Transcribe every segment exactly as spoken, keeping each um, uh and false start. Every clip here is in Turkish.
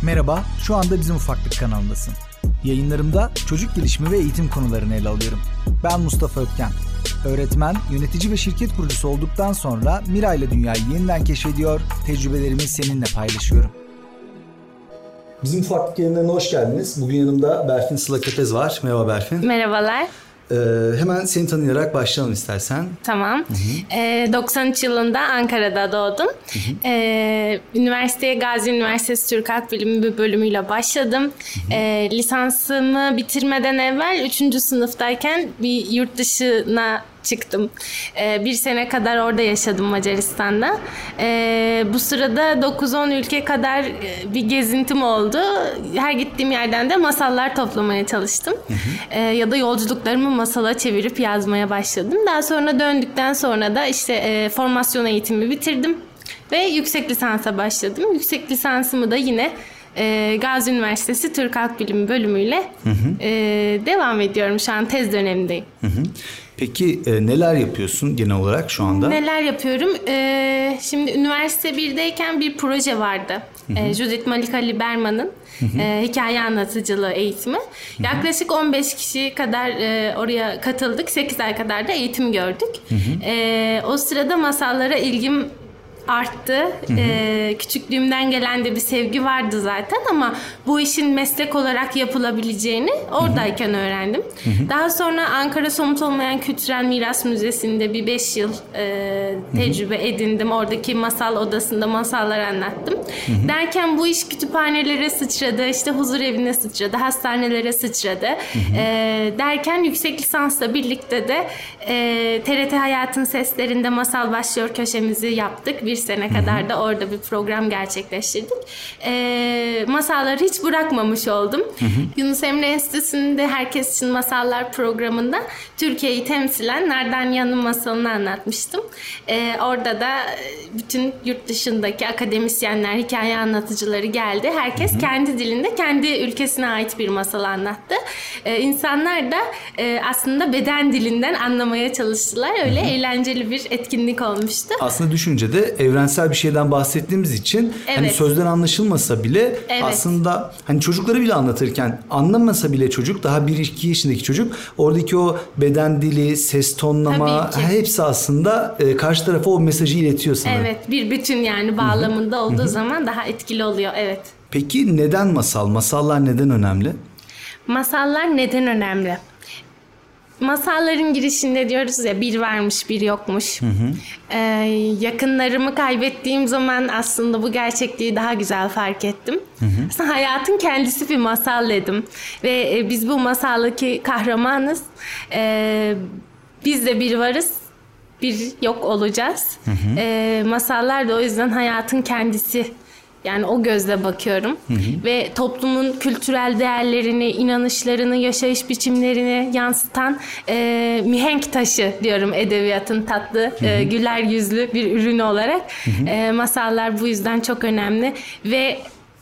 Merhaba, şu anda Bizim Ufaklık kanalındasın. Yayınlarımda çocuk gelişimi ve eğitim konularını ele alıyorum. Ben Mustafa Ötken. Öğretmen, yönetici ve şirket kurucusu olduktan sonra Mira ile dünyayı yeniden keşfediyor, tecrübelerimi seninle paylaşıyorum. Bizim Ufaklık yayınlarına hoş geldiniz. Bugün yanımda Berfin Sıla Kepez var. Merhaba Berfin. Merhabalar. Ee, hemen seni tanıyarak başlayalım istersen. Tamam. Ee, doksan üç yılında Ankara'da doğdum. Ee, üniversiteye Gazi Üniversitesi Türk Halk Bilimi bölümüyle başladım. Ee, lisansımı bitirmeden evvel üçüncü sınıftayken bir yurt dışına çıktım. Ee, bir sene kadar orada yaşadım Macaristan'da. Ee, bu sırada dokuz on ülke kadar bir gezintim oldu. Her gittiğim yerden de masallar toplamaya çalıştım. Hı hı. Ee, ya da yolculuklarımı masala çevirip yazmaya başladım. Daha sonra döndükten sonra da işte e, formasyon eğitimi bitirdim ve yüksek lisansa başladım. Yüksek lisansımı da yine e, Gazi Üniversitesi Türk Halk Bilimi bölümüyle hı hı. E, devam ediyorum. Şu an tez dönemindeyim. Hı hı. Peki e, neler yapıyorsun genel olarak şu anda? Neler yapıyorum? E, şimdi üniversite birdeyken bir proje vardı. E, Judith Malika Liberman'ın e, hikaye anlatıcılığı eğitimi. Hı hı. Yaklaşık on beş kişi kadar e, oraya katıldık. sekiz ay kadar da eğitim gördük. Hı hı. E, o sırada masallara ilgim arttı. Hı hı. Ee, küçüklüğümden gelen de bir sevgi vardı zaten ama bu işin meslek olarak yapılabileceğini oradayken hı hı. öğrendim. Hı hı. Daha sonra Ankara Somut Olmayan Kültürel Miras Müzesi'nde bir beş yıl e, tecrübe hı hı. edindim. Oradaki masal odasında masallar anlattım. Hı hı. Derken bu iş kütüphanelere sıçradı, işte huzur evine sıçradı, hastanelere sıçradı. Hı hı. E, derken yüksek lisansla birlikte de e, T R T Hayatın Seslerinde Masal Başlıyor köşemizi yaptık. Bir sene kadar Hı-hı. da orada bir program gerçekleştirdik. E, masalları hiç bırakmamış oldum. Hı-hı. Yunus Emre Enstitüsü'nde Herkes İçin Masallar programında Türkiye'yi temsilen Nardanyan'ın masalını anlatmıştım. E, orada da bütün yurt dışındaki akademisyenler, hikaye anlatıcıları geldi. Herkes Hı-hı. kendi dilinde, kendi ülkesine ait bir masal anlattı. E, insanlar da e, aslında beden dilinden anlamaya çalıştılar. Öyle Hı-hı. eğlenceli bir etkinlik olmuştu. Aslında düşünce de evrensel bir şeyden bahsettiğimiz için evet. hani sözden anlaşılmasa bile evet. aslında hani çocukları bile anlatırken anlamasa bile çocuk, daha bir iki yaşındaki çocuk oradaki o beden dili, ses tonlama hepsi aslında e, karşı tarafa o mesajı iletiyor sana. Evet, bir bütün yani bağlamında Hı-hı. olduğu Hı-hı. zaman daha etkili oluyor. Evet. Peki neden masal? Masallar neden önemli? Masallar neden önemli? Masalların girişinde diyoruz ya, bir varmış bir yokmuş. Hı hı. Ee, yakınlarımı kaybettiğim zaman aslında bu gerçekliği daha güzel fark ettim. Hı hı. Aslında hayatın kendisi bir masal dedim. Ve e, biz bu masaldaki kahramanız. Ee, biz de bir varız, bir yok olacağız. Hı hı. Ee, masallar da o yüzden hayatın kendisi. Yani o gözle bakıyorum hı hı. ve toplumun kültürel değerlerini, inanışlarını, yaşayış biçimlerini yansıtan e, mihenk taşı diyorum edebiyatın, tatlı, hı hı. E, güler yüzlü bir ürünü olarak. Hı hı. E, masallar bu yüzden çok önemli ve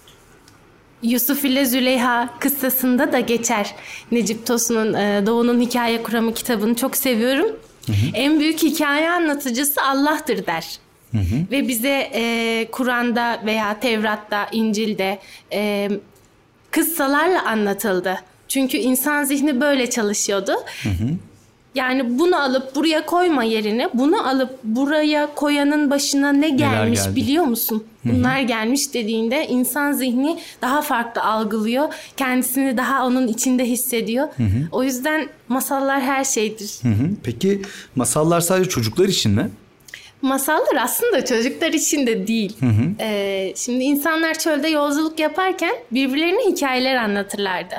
Yusuf ile Züleyha kıssasında da geçer. Necip Tosun'un e, Doğu'nun Hikaye Kuramı kitabını çok seviyorum. Hı hı. En büyük hikaye anlatıcısı Allah'tır der. Hı hı. Ve bize e, Kur'an'da veya Tevrat'ta, İncil'de e, kıssalarla anlatıldı. Çünkü insan zihni böyle çalışıyordu. Hı hı. Yani bunu alıp buraya koyma yerine, bunu alıp buraya koyanın başına ne gelmiş biliyor musun? Bunlar Hı-hı. gelmiş dediğinde insan zihni daha farklı algılıyor. Kendisini daha onun içinde hissediyor. Hı-hı. O yüzden masallar her şeydir. Hı-hı. Peki masallar sadece çocuklar için mi? Masallar aslında çocuklar için de değil. Hı hı. Ee, şimdi insanlar çölde yolculuk yaparken birbirlerine hikayeler anlatırlardı.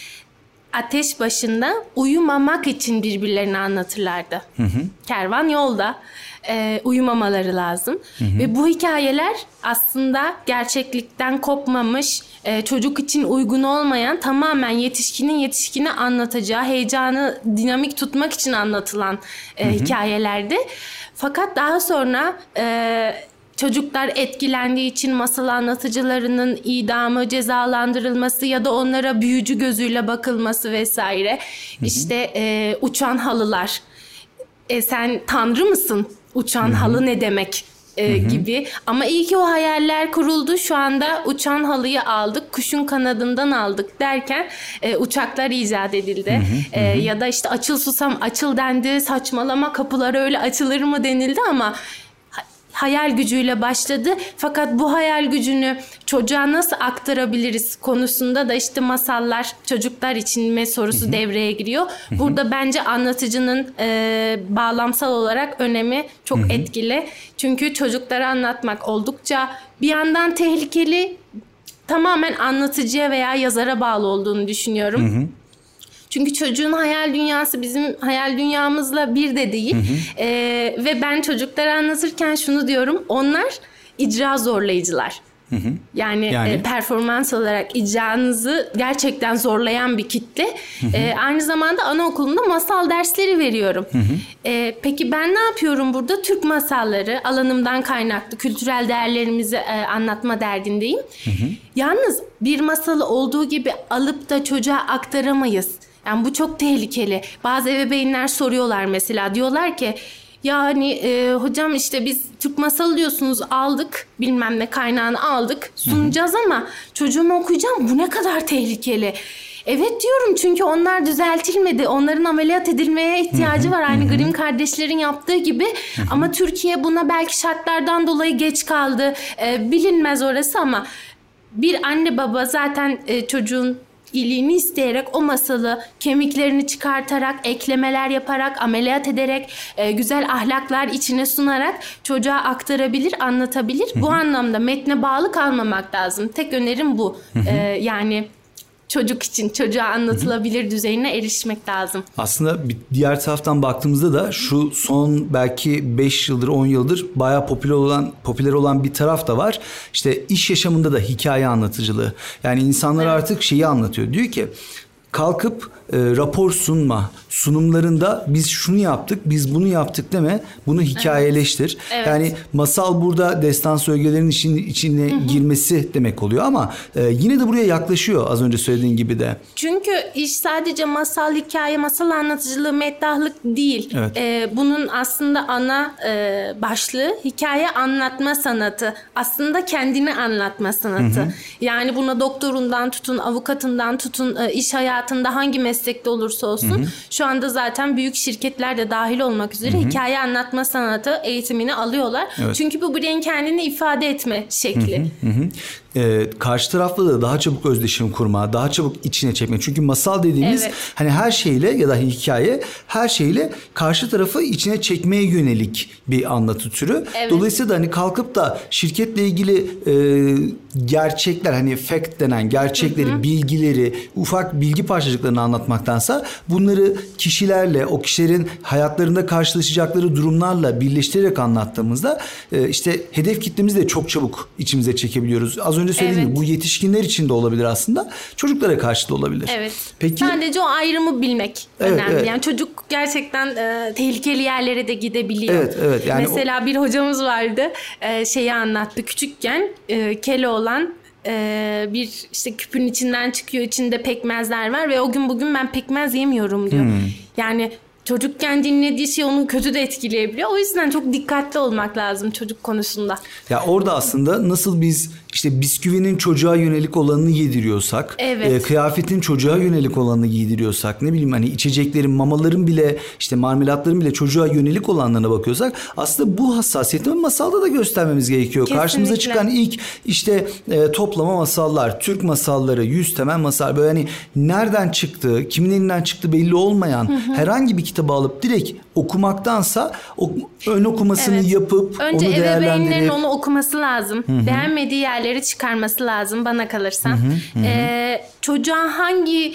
Ateş başında uyumamak için birbirlerine anlatırlardı. Hı hı. Kervan yolda, e, uyumamaları lazım. Hı hı. Ve bu hikayeler aslında gerçeklikten kopmamış, e, çocuk için uygun olmayan, tamamen yetişkinin yetişkine anlatacağı, heyecanı dinamik tutmak için anlatılan e, hı hı. hikayelerdi. Fakat daha sonra e, çocuklar etkilendiği için masal anlatıcılarının idamı, cezalandırılması ya da onlara büyücü gözüyle bakılması vesaire. Hı hı. İşte e, uçan halılar. E, sen tanrı mısın? Uçan hı hı. halı ne demek? e, gibi. Ama iyi ki o hayaller kuruldu. Şu anda uçan halıyı aldık, kuşun kanadından aldık derken e, uçaklar icat edildi. Hı hı, e, hı. Ya da işte açıl susam açıl dendi, saçmalama kapılar öyle açılır mı denildi ama hayal gücüyle başladı. Fakat bu hayal gücünü çocuğa nasıl aktarabiliriz konusunda da işte masallar çocuklar için mi sorusu hı hı. devreye giriyor. Hı hı. Burada bence anlatıcının e, bağlamsal olarak önemi çok hı hı. etkili. Çünkü çocuklara anlatmak oldukça bir yandan tehlikeli, tamamen anlatıcıya veya yazara bağlı olduğunu düşünüyorum. Hı hı. Çünkü çocuğun hayal dünyası bizim hayal dünyamızla bir de değil. Hı hı. Ee, ve ben çocuklara anlatırken şunu diyorum. Onlar icra zorlayıcılar. Hı hı. Yani, yani? E, performans olarak icranızı gerçekten zorlayan bir kitle. Hı hı. E, aynı zamanda anaokulunda masal dersleri veriyorum. Hı hı. E, peki ben ne yapıyorum burada? Türk masalları, alanımdan kaynaklı kültürel değerlerimizi e, anlatma derdindeyim. Hı hı. Yalnız bir masalı olduğu gibi alıp da çocuğa aktaramayız. Yani bu çok tehlikeli. Bazı ebeveynler soruyorlar mesela. Diyorlar ki yani e, hocam işte biz Türk masalı diyorsunuz, aldık bilmem ne kaynağını aldık sunacağız, hı hı. ama çocuğuma okuyacağım, bu ne kadar tehlikeli. Evet diyorum, çünkü onlar düzeltilmedi. Onların ameliyat edilmeye ihtiyacı hı hı, var. Aynı hı. Grimm kardeşlerin yaptığı gibi. Hı hı. Ama Türkiye buna belki şartlardan dolayı geç kaldı. E, bilinmez orası ama bir anne baba zaten e, çocuğun iyiliğini isteyerek o masalı kemiklerini çıkartarak, eklemeler yaparak, ameliyat ederek, e, güzel ahlaklar içine sunarak çocuğa aktarabilir, anlatabilir. Hı hı. Bu anlamda metne bağlı kalmamak lazım. Tek önerim bu. Hı hı. E, yani çocuk için çocuğa anlatılabilir, hı hı. düzeyine erişmek lazım. Aslında bir diğer taraftan baktığımızda da şu son belki beş yıldır on yıldır bayağı popüler olan popüler olan bir taraf da var. İşte iş yaşamında da hikaye anlatıcılığı. Yani insanlar evet. artık şeyi anlatıyor. Diyor ki kalkıp e, rapor sunma, sunumlarında biz şunu yaptık, biz bunu yaptık deme, bunu hikayeleştir. Evet. Yani masal burada destan ögelerinin için, içine hı hı. girmesi demek oluyor ama e, yine de buraya yaklaşıyor az önce söylediğin gibi de. Çünkü iş sadece masal, hikaye, masal anlatıcılığı, meddahlık değil. Evet. E, bunun aslında ana e, başlığı hikaye anlatma sanatı. Aslında kendini anlatma sanatı. Hı hı. Yani buna doktorundan tutun, avukatından tutun, e, iş hayatında hangi meslekte olursa olsun, hı hı. şu anda zaten büyük şirketler de dahil olmak üzere, hı hı. hikaye anlatma sanatı eğitimini alıyorlar. Evet. Çünkü bu bireyin kendini ifade etme şekli. Hı hı hı. Ee, karşı tarafla da daha çabuk özdeşim kurma, daha çabuk içine çekme. Çünkü masal dediğimiz evet. hani her şeyle ya da hikaye her şeyle karşı tarafı içine çekmeye yönelik bir anlatı türü. Evet. Dolayısıyla da hani kalkıp da şirketle ilgili e, gerçekler, hani fact denen gerçekleri, hı hı. bilgileri, ufak bilgi parçacıklarını anlatmaktansa bunları kişilerle, o kişilerin hayatlarında karşılaşacakları durumlarla birleştirerek anlattığımızda e, işte hedef kitlemizi de çok çabuk içimize çekebiliyoruz. Az önce söylediğim evet. gibi bu yetişkinler için de olabilir aslında. Çocuklara karşı da olabilir. Evet. Peki, sadece o ayrımı bilmek evet, önemli. Evet. Yani çocuk gerçekten e, tehlikeli yerlere de gidebiliyor. Evet, evet. Yani mesela o... bir hocamız vardı. E, şeyi anlattı. Küçükken e, Keloğlan e, bir işte küpün içinden çıkıyor. İçinde pekmezler var ve o gün bugün ben pekmez yemiyorum diyor. Hmm. Yani çocukken dinlediği şey onu kötü de etkileyebiliyor. O yüzden çok dikkatli olmak lazım çocuk konusunda. Ya orada aslında nasıl biz işte bisküvinin çocuğa yönelik olanını yediriyorsak, evet. e, kıyafetin çocuğa yönelik olanını giydiriyorsak, ne bileyim hani içeceklerin, mamaların bile, işte marmelatların bile çocuğa yönelik olanlarına bakıyorsak, aslında bu hassasiyeti masalda da göstermemiz gerekiyor. Kesinlikle. Karşımıza çıkan ilk işte e, toplama masallar, Türk masalları, yüz temel masal, böyle hani nereden çıktığı, kimin elinden çıktığı belli olmayan hı hı. herhangi bir kitabı alıp direkt okumaktansa o, ön okumasını evet. yapıp önce onu değerlendirip. Önce ebeveynlerin onu okuması lazım. Hı hı. Beğenmediği yerleri çıkarması lazım bana kalırsa. Hı hı, hı. Ee, çocuğa hangi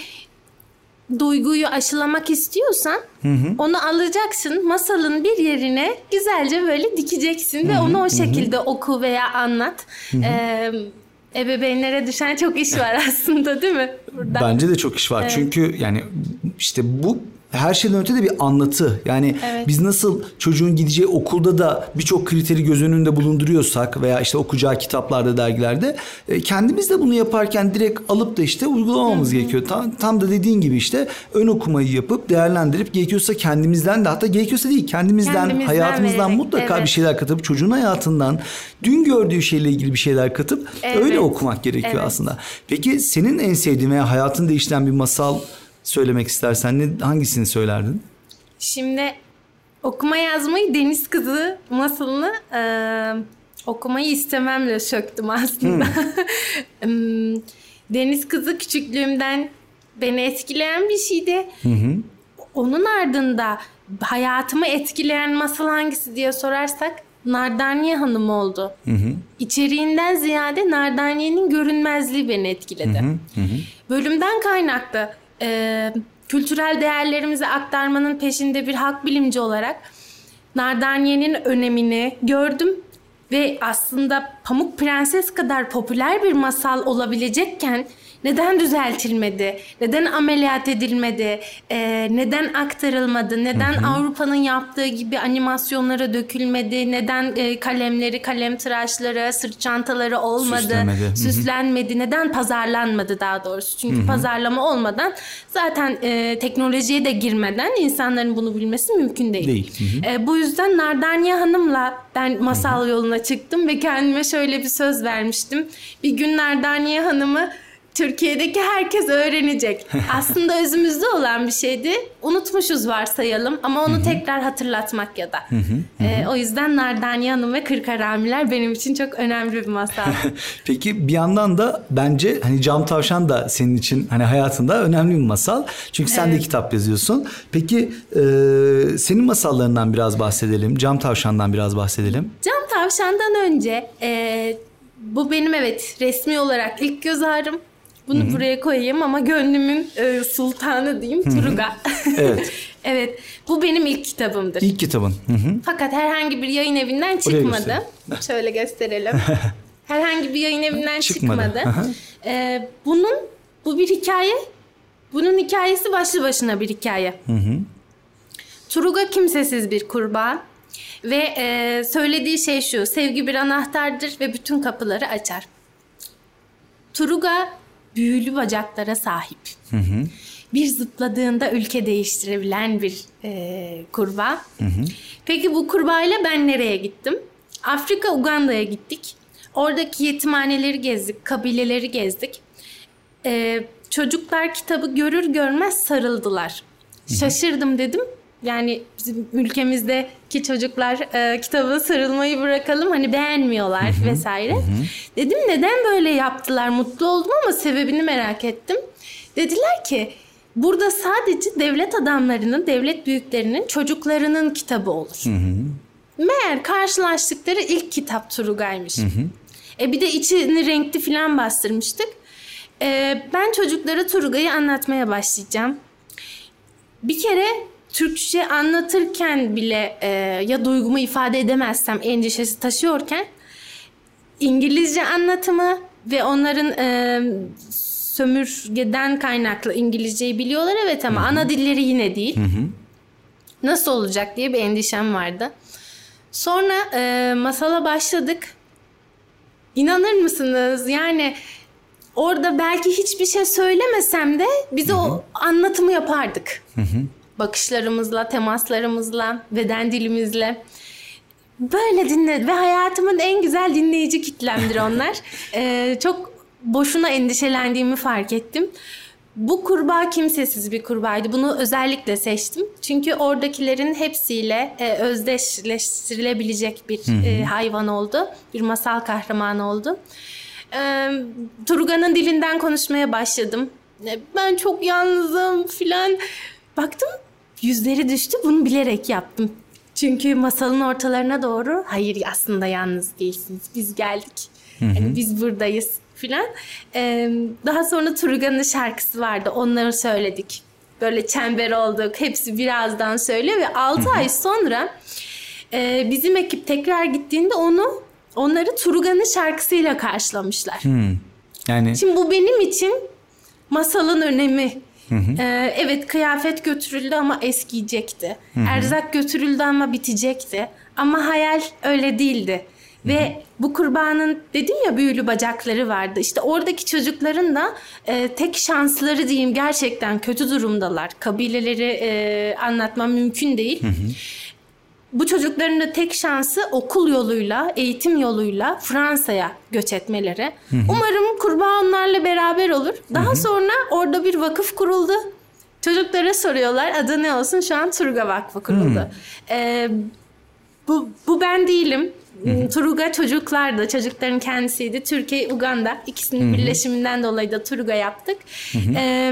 duyguyu aşılamak istiyorsan hı hı. onu alacaksın, masalın bir yerine güzelce böyle dikeceksin hı hı, ve onu o şekilde hı. oku veya anlat. Hı hı. Ee, ebeveynlere düşen çok iş var aslında, değil mi? Burada. Bence de çok iş var. Evet. Çünkü yani işte bu her şeyden öte de bir anlatı. Yani Evet. biz nasıl çocuğun gideceği okulda da birçok kriteri göz önünde bulunduruyorsak veya işte okuyacağı kitaplarda, dergilerde kendimiz de bunu yaparken direkt alıp da işte uygulamamız Hı-hı. gerekiyor. Tam, tam da dediğin gibi işte ön okumayı yapıp değerlendirip gerekiyorsa kendimizden de, hatta gerekiyorsa değil kendimizden, kendimizden hayatımızdan vererek, mutlaka evet. bir şeyler katıp çocuğun hayatından dün gördüğü şeyle ilgili bir şeyler katıp evet. öyle okumak gerekiyor evet. aslında. Peki senin en sevdiğin veya hayatını değiştiren bir masal söylemek istersen ne, hangisini söylerdin? Şimdi okuma yazmayı Deniz Kızı masalını e, okumayı istememle söktüm aslında. Hmm. Deniz Kızı küçüklüğümden beni etkileyen bir şeydi. Hı hı. Onun ardında hayatımı etkileyen masal hangisi diye sorarsak Nardaniye Hanım oldu. Hı hı. İçeriğinden ziyade Nardaniye'nin görünmezliği beni etkiledi. Hı hı. Hı. Bölümden kaynaklı e, kültürel değerlerimizi aktarmanın peşinde bir halk bilimci olarak Nardaniye'nin önemini gördüm. Ve aslında Pamuk Prenses kadar popüler bir masal olabilecekken neden düzeltilmedi, neden ameliyat edilmedi, e, neden aktarılmadı, neden hı hı. Avrupa'nın yaptığı gibi animasyonlara dökülmedi, neden e, kalemleri, kalem tıraşları, sırt çantaları olmadı, süslenmedi, süslenmedi hı hı. neden pazarlanmadı daha doğrusu. Çünkü hı hı. pazarlama olmadan zaten e, teknolojiye de girmeden insanların bunu bilmesi mümkün değil. değil. Hı hı. E, bu yüzden Nardaniye Hanım'la ben masal hı hı. yoluna çıktım ve kendime şöyle bir söz vermiştim. Bir gün Nardaniye Hanım'ı Türkiye'deki herkes öğrenecek. Aslında özümüzde olan bir şeydi. Unutmuşuz varsayalım ama onu Hı-hı. tekrar hatırlatmak ya da. Ee, o yüzden Nardaniye Hanım ve Kırk Haramiler benim için çok önemli bir masal. Peki bir yandan da bence hani Cam Tavşan da senin için hani hayatında önemli bir masal. Çünkü sen evet. de kitap yazıyorsun. Peki e, senin masallarından biraz bahsedelim. Cam Tavşan'dan biraz bahsedelim. Cam Tavşan'dan önce e, bu benim evet resmi olarak ilk göz ağrım. Bunu Hı-hı. buraya koyayım ama gönlümün e, sultanı diyeyim Hı-hı. Turuga. Evet. Evet. Bu benim ilk kitabımdır. İlk kitabın. Hı-hı. Fakat herhangi bir yayın evinden çıkmadı. Şöyle gösterelim. Herhangi bir yayın evinden çıkmadı. çıkmadı. Ee, bunun bu bir hikaye. Bunun hikayesi başlı başına bir hikaye. Hı-hı. Turuga kimsesiz bir kurbağa ve e, söylediği şey şu: sevgi bir anahtardır ve bütün kapıları açar. Turuga büyülü bacaklara sahip. Hı hı. Bir zıpladığında ülke değiştirebilen bir e, kurbağa. Hı hı. Peki bu kurbağayla ben nereye gittim? Afrika, Uganda'ya gittik. Oradaki yetimhaneleri gezdik, kabileleri gezdik. E, çocuklar kitabı görür görmez sarıldılar. Hı hı. Şaşırdım dedim. Yani bizim ülkemizdeki çocuklar e, kitaba sarılmayı bırakalım, hani beğenmiyorlar hı hı, vesaire. Hı. Dedim neden böyle yaptılar? Mutlu oldum ama sebebini merak ettim. Dediler ki burada sadece devlet adamlarının, devlet büyüklerinin çocuklarının kitabı olur. Hı hı. Meğer karşılaştıkları ilk kitap Turuga'ymış. Hı hı. E bir de içini renkli falan bastırmıştık. E, ben çocuklara Turuga'yı anlatmaya başlayacağım. Bir kere Türkçe anlatırken bile e, ya duygumu ifade edemezsem endişesi taşıyorken İngilizce anlatımı ve onların e, sömürgeden kaynaklı İngilizceyi biliyorlar evet ama hı hı. ana dilleri yine değil. Hı hı. Nasıl olacak diye bir endişem vardı. Sonra e, masala başladık. İnanır mısınız? Yani orada belki hiçbir şey söylemesem de biz hı hı. o anlatımı yapardık. Hı hı. Bakışlarımızla, temaslarımızla, beden dilimizle. Böyle dinle ve hayatımın en güzel dinleyici kitlemdir onlar. ee, çok boşuna endişelendiğimi fark ettim. Bu kurbağa kimsesiz bir kurbağaydı. Bunu özellikle seçtim. Çünkü oradakilerin hepsiyle e, özdeşleştirilebilecek bir e, hayvan oldu. Bir masal kahramanı oldu. E, Turuga'nın dilinden konuşmaya başladım. E, ben çok yalnızım filan. Baktım yüzleri düştü. Bunu bilerek yaptım. Çünkü masalın ortalarına doğru hayır aslında yalnız değilsiniz. Biz geldik. Yani biz buradayız filan. Ee, daha sonra Turuga'nın şarkısı vardı. Onları söyledik. Böyle çember olduk. Hepsi birazdan söylüyor ve altı ay sonra e, bizim ekip tekrar gittiğinde onu onları Turuga'nın şarkısıyla karşılamışlar. Hmm. Yani şimdi bu benim için masalın önemi. Hı hı. Ee, evet, kıyafet götürüldü ama eskiyecekti. Hı hı. Erzak götürüldü ama bitecekti. Ama hayal öyle değildi. Hı hı. Ve bu kurbanın dedim ya büyülü bacakları vardı. İşte oradaki çocukların da e, tek şansları diyeyim, gerçekten kötü durumdalar. Kabileleri e, anlatmam mümkün değil. Hı hı. Bu çocukların da tek şansı okul yoluyla, eğitim yoluyla Fransa'ya göç etmeleri. Hı hı. Umarım kurbağa onlarla beraber olur. Daha hı hı. sonra orada bir vakıf kuruldu. Çocuklara soruyorlar adı ne olsun? Şu an Turga Vakfı kuruldu. Hı. Ee, bu, bu ben değilim. Hı hı. Turga çocuklar da, çocukların kendisiydi. Türkiye, Uganda ikisinin hı hı. birleşiminden dolayı da Turga yaptık. Hı hı. Ee,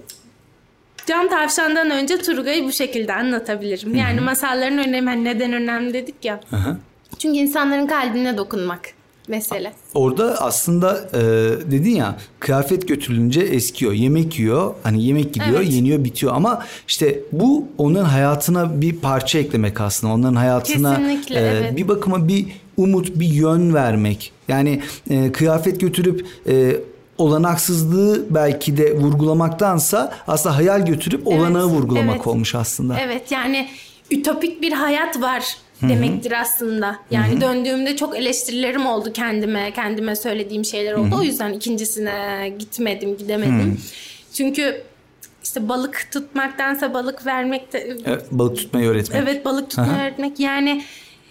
Cam Tavşan'dan önce Turga'yı bu şekilde anlatabilirim. Yani hı hı. masalların önemi, hani neden önemli dedik ya. Hı hı. Çünkü insanların kalbine dokunmak mesele. Orada aslında e, dedin ya, kıyafet götürülünce eskiyor, yemek yiyor. Hani yemek gidiyor, evet. yeniyor, bitiyor ama işte bu onların hayatına bir parça eklemek aslında. Onların hayatına Kesinlikle, e, evet. bir bakıma bir umut, bir yön vermek. Yani e, kıyafet götürüp e, olanaksızlığı belki de vurgulamaktansa aslında hayal götürüp olanağı evet, vurgulamak evet. olmuş aslında. Evet, yani ütopik bir hayat var demektir Hı-hı. aslında. Yani Hı-hı. döndüğümde çok eleştirilerim oldu kendime. Kendime söylediğim şeyler oldu. Hı-hı. O yüzden ikincisine gitmedim, gidemedim. Hı-hı. Çünkü işte balık tutmaktansa balık vermek de... Evet, balık tutmayı öğretmek. Evet, balık tutmayı Hı-hı. öğretmek. Yani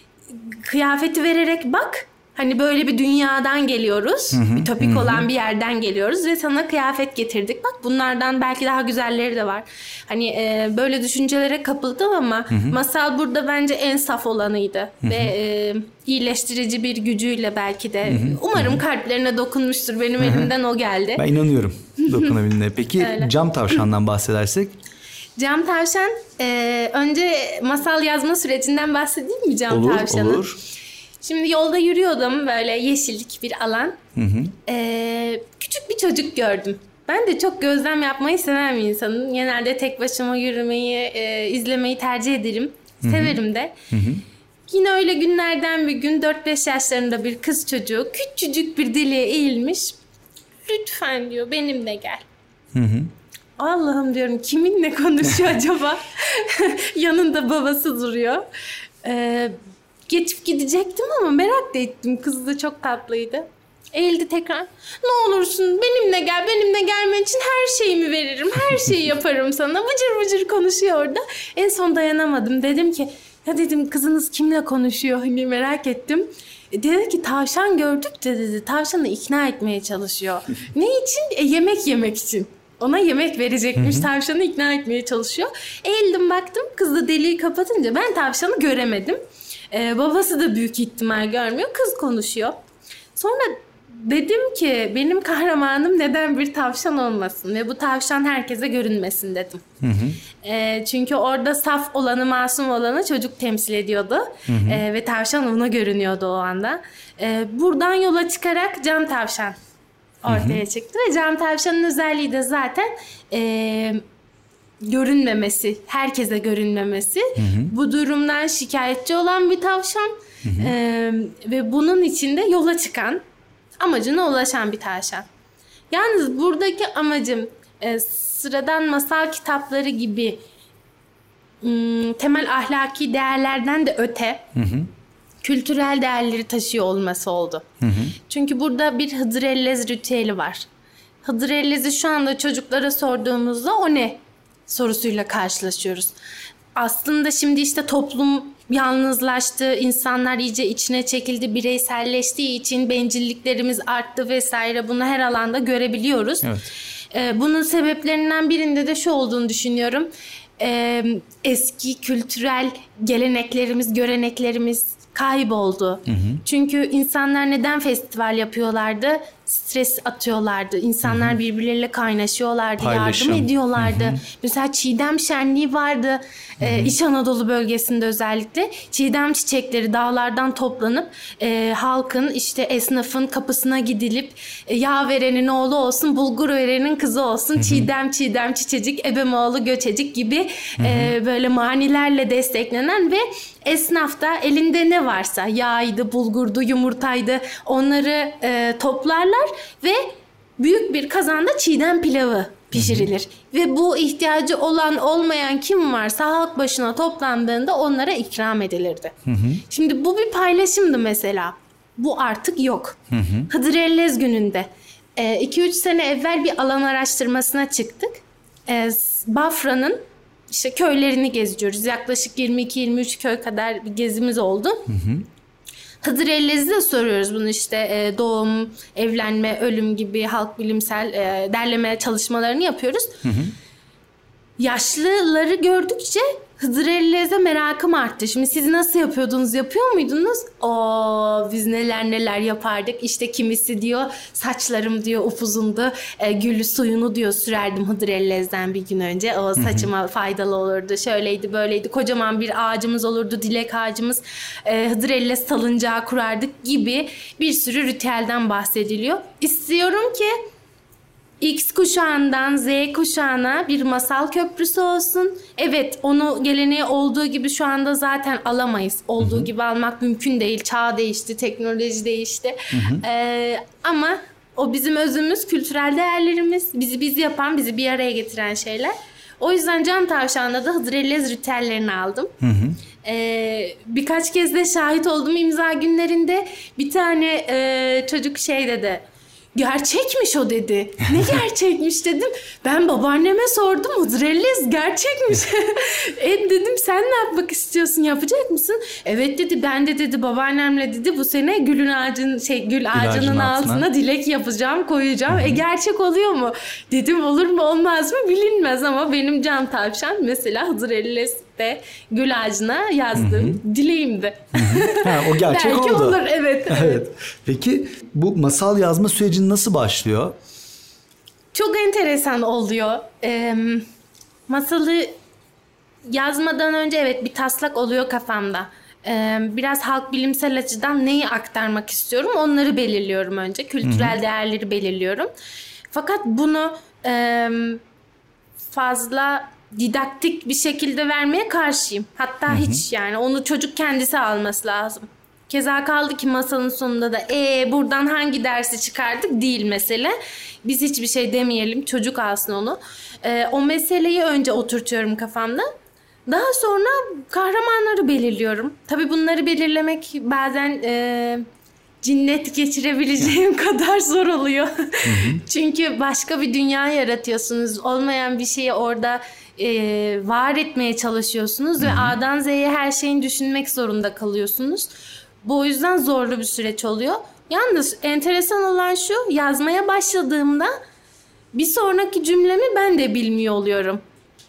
kıyafeti vererek bak... Hani böyle bir dünyadan geliyoruz. Hı hı, ütopik hı. olan bir yerden geliyoruz ve sana kıyafet getirdik. Bak bunlardan belki daha güzelleri de var. Hani e, böyle düşüncelere kapıldım ama hı hı. masal burada bence en saf olanıydı. Hı hı. Ve e, iyileştirici bir gücüyle belki de. Hı hı. Umarım hı hı. kalplerine dokunmuştur. Benim hı hı. elimden o geldi. Ben inanıyorum dokunabildiğine. Peki Cam Tavşan'dan bahsedersek? Cam Tavşan, e, önce masal yazma sürecinden bahsedeyim mi Cam olur, Tavşan'ın? Olur, olur. Şimdi yolda yürüyordum, böyle yeşillik bir alan. Hı hı. Ee, küçük bir çocuk gördüm. Ben de çok gözlem yapmayı seven bir insanım. Genelde tek başıma yürümeyi, e, izlemeyi tercih ederim. Hı hı. Severim de. Hı hı. Yine öyle günlerden bir gün dört beş yaşlarında bir kız çocuğu küçücük bir deliğe eğilmiş. Lütfen diyor, benimle gel. Hı hı. Allah'ım diyorum, kiminle konuşuyor acaba? Yanında babası duruyor. Eee Geçip gidecektim ama merak da ettim. Kız da çok tatlıydı. Eğildi tekrar. Ne olursun benimle gel. Benimle gelmen için her şeyimi veririm. Her şeyi yaparım sana. Vıcır vıcır konuşuyor orada. En son dayanamadım. Dedim ki ya dedim kızınız kimle konuşuyor? Hani merak ettim. E dedi ki tavşan gördük de dedi. Tavşanı ikna etmeye çalışıyor. Ne için? E, yemek yemek için. Ona yemek verecekmiş. Hı hı. Tavşanı ikna etmeye çalışıyor. Eğildim baktım. Kız da deliği kapatınca ben tavşanı göremedim. Ee, babası da büyük ihtimal görmüyor. Kız konuşuyor. Sonra dedim ki benim kahramanım neden bir tavşan olmasın ve bu tavşan herkese görünmesin dedim. Hı hı. Ee, çünkü orada saf olanı, masum olanı çocuk temsil ediyordu. Hı hı. Ee, ve tavşan ona görünüyordu o anda. Ee, buradan yola çıkarak Cam Tavşan ortaya hı hı. çıktı ve Cam Tavşan'ın özelliği de zaten... Ee, görünmemesi, herkese görünmemesi. Hı hı. Bu durumdan şikayetçi olan bir tavşan hı hı. Ee, ve bunun içinde yola çıkan, amacına ulaşan bir tavşan. Yalnız buradaki amacım e, sıradan masal kitapları gibi m, temel ahlaki değerlerden de öte hı hı. kültürel değerleri taşıyor olması oldu. Hı hı. Çünkü burada bir Hıdrellez ritüeli var. Hıdrellez'i şu anda çocuklara sorduğumuzda o ne sorusuyla karşılaşıyoruz. Aslında şimdi işte toplum yalnızlaştı, insanlar iyice içine çekildi, bireyselleştiği için bencilliklerimiz arttı vesaire. Bunu her alanda görebiliyoruz. Evet. Ee, bunun sebeplerinden birinde de şu olduğunu düşünüyorum. Ee, eski kültürel geleneklerimiz, göreneklerimiz kayboldu. Hı hı. Çünkü insanlar neden festival yapıyorlardı? Stres atıyorlardı. İnsanlar hı hı. birbirleriyle kaynaşıyorlardı, Paylaşım. yardım ediyorlardı. Hı hı. Mesela Çiğdem Şenliği vardı. Hı hı. Ee, İç Anadolu bölgesinde özellikle. Çiğdem çiçekleri dağlardan toplanıp e, halkın, işte esnafın kapısına gidilip e, yağ verenin oğlu olsun, bulgur verenin kızı olsun, hı hı. çiğdem çiğdem çiçecik, ebemoğlu göçecik gibi hı hı. E, böyle manilerle desteklenen ve esnafta elinde ne varsa yağydı, bulgurdu, yumurtaydı onları e, toplarlar ve büyük bir kazanda çiğdem pilavı pişirilir. Hı hı. Ve bu ihtiyacı olan olmayan kim varsa halk başına toplandığında onlara ikram edilirdi. Hı hı. Şimdi bu bir paylaşımdı mesela. Bu artık yok. Hı hı. Hıdrellez gününde iki üç sene evvel bir alan araştırmasına çıktık. Bafra'nın işte köylerini geziyoruz. Yaklaşık yirmi iki yirmi üç köy kadar bir gezimiz oldu. Hı hı. Hıdrellez'i de soruyoruz bunu işte doğum, evlenme, ölüm gibi halk bilimsel derleme çalışmalarını yapıyoruz. Hı hı. Yaşlıları gördükçe Hıdrellez'e merakım arttı. Şimdi siz nasıl yapıyordunuz, yapıyor muydunuz? Oo, biz neler neler yapardık. İşte kimisi diyor saçlarım diyor upuzundu. E, gül suyunu diyor sürerdim Hıdrellez'den bir gün önce. O saçıma faydalı olurdu. Şöyleydi böyleydi. Kocaman bir ağacımız olurdu. Dilek ağacımız. E, Hıdrellez salıncağı kurardık gibi bir sürü ritüelden bahsediliyor. İstiyorum ki X kuşağından Z kuşağına bir masal köprüsü olsun. Evet, onu geleneği olduğu gibi şu anda zaten alamayız. Olduğu hı hı. gibi almak mümkün değil. Çağ değişti, teknoloji değişti. Hı hı. Ee, ama o bizim özümüz, kültürel değerlerimiz, bizi biz yapan, bizi bir araya getiren şeyler. O yüzden Cam Tavşan'da da Hıdrellez ritüellerini aldım. Hı hı. Ee, birkaç kez de şahit oldum imza günlerinde. Bir tane e, çocuk şey dedi. Gerçekmiş o dedi. Ne gerçekmiş dedim. Ben babaanneme sordum. Hıdrellez gerçekmiş. E dedim sen ne yapmak istiyorsun? Yapacak mısın? Evet dedi. Ben de dedi babaannemle dedi bu sene gülün ağacın şey gül, gül ağacının altına. altına dilek yapacağım, koyacağım. Hı-hı. E gerçek oluyor mu? Dedim olur mu olmaz mı bilinmez ama benim Cam Tavşan mesela Hıdrellez'de gül ağacına yazdığım Hı-hı. dileğimdi. Ha, o gerçek Belki oldu. Belki olur evet, evet. Evet. Peki bu masal yazma süreci nasıl başlıyor? Çok enteresan oluyor. Ee, masalı yazmadan önce evet bir taslak oluyor kafamda. Ee, biraz halk bilimsel açıdan neyi aktarmak istiyorum onları belirliyorum önce. Kültürel Hı-hı. değerleri belirliyorum. Fakat bunu e, fazla didaktik bir şekilde vermeye karşıyım. Hatta Hı-hı. hiç yani onu çocuk kendisi alması lazım. Keza kaldı ki masalın sonunda da ee buradan hangi dersi çıkardık değil mesele. Biz hiçbir şey demeyelim çocuk alsın onu. Ee, o meseleyi önce oturtuyorum kafamda. Daha sonra kahramanları belirliyorum. Tabii bunları belirlemek bazen e, cinnet geçirebileceğim kadar zor oluyor. Hı hı. Çünkü başka bir dünya yaratıyorsunuz. Olmayan bir şeyi orada e, var etmeye çalışıyorsunuz. Hı hı. Ve A'dan Z'ye her şeyini düşünmek zorunda kalıyorsunuz. Bu o yüzden zorlu bir süreç oluyor. Yalnız enteresan olan şu, yazmaya başladığımda bir sonraki cümlemi ben de bilmiyor oluyorum.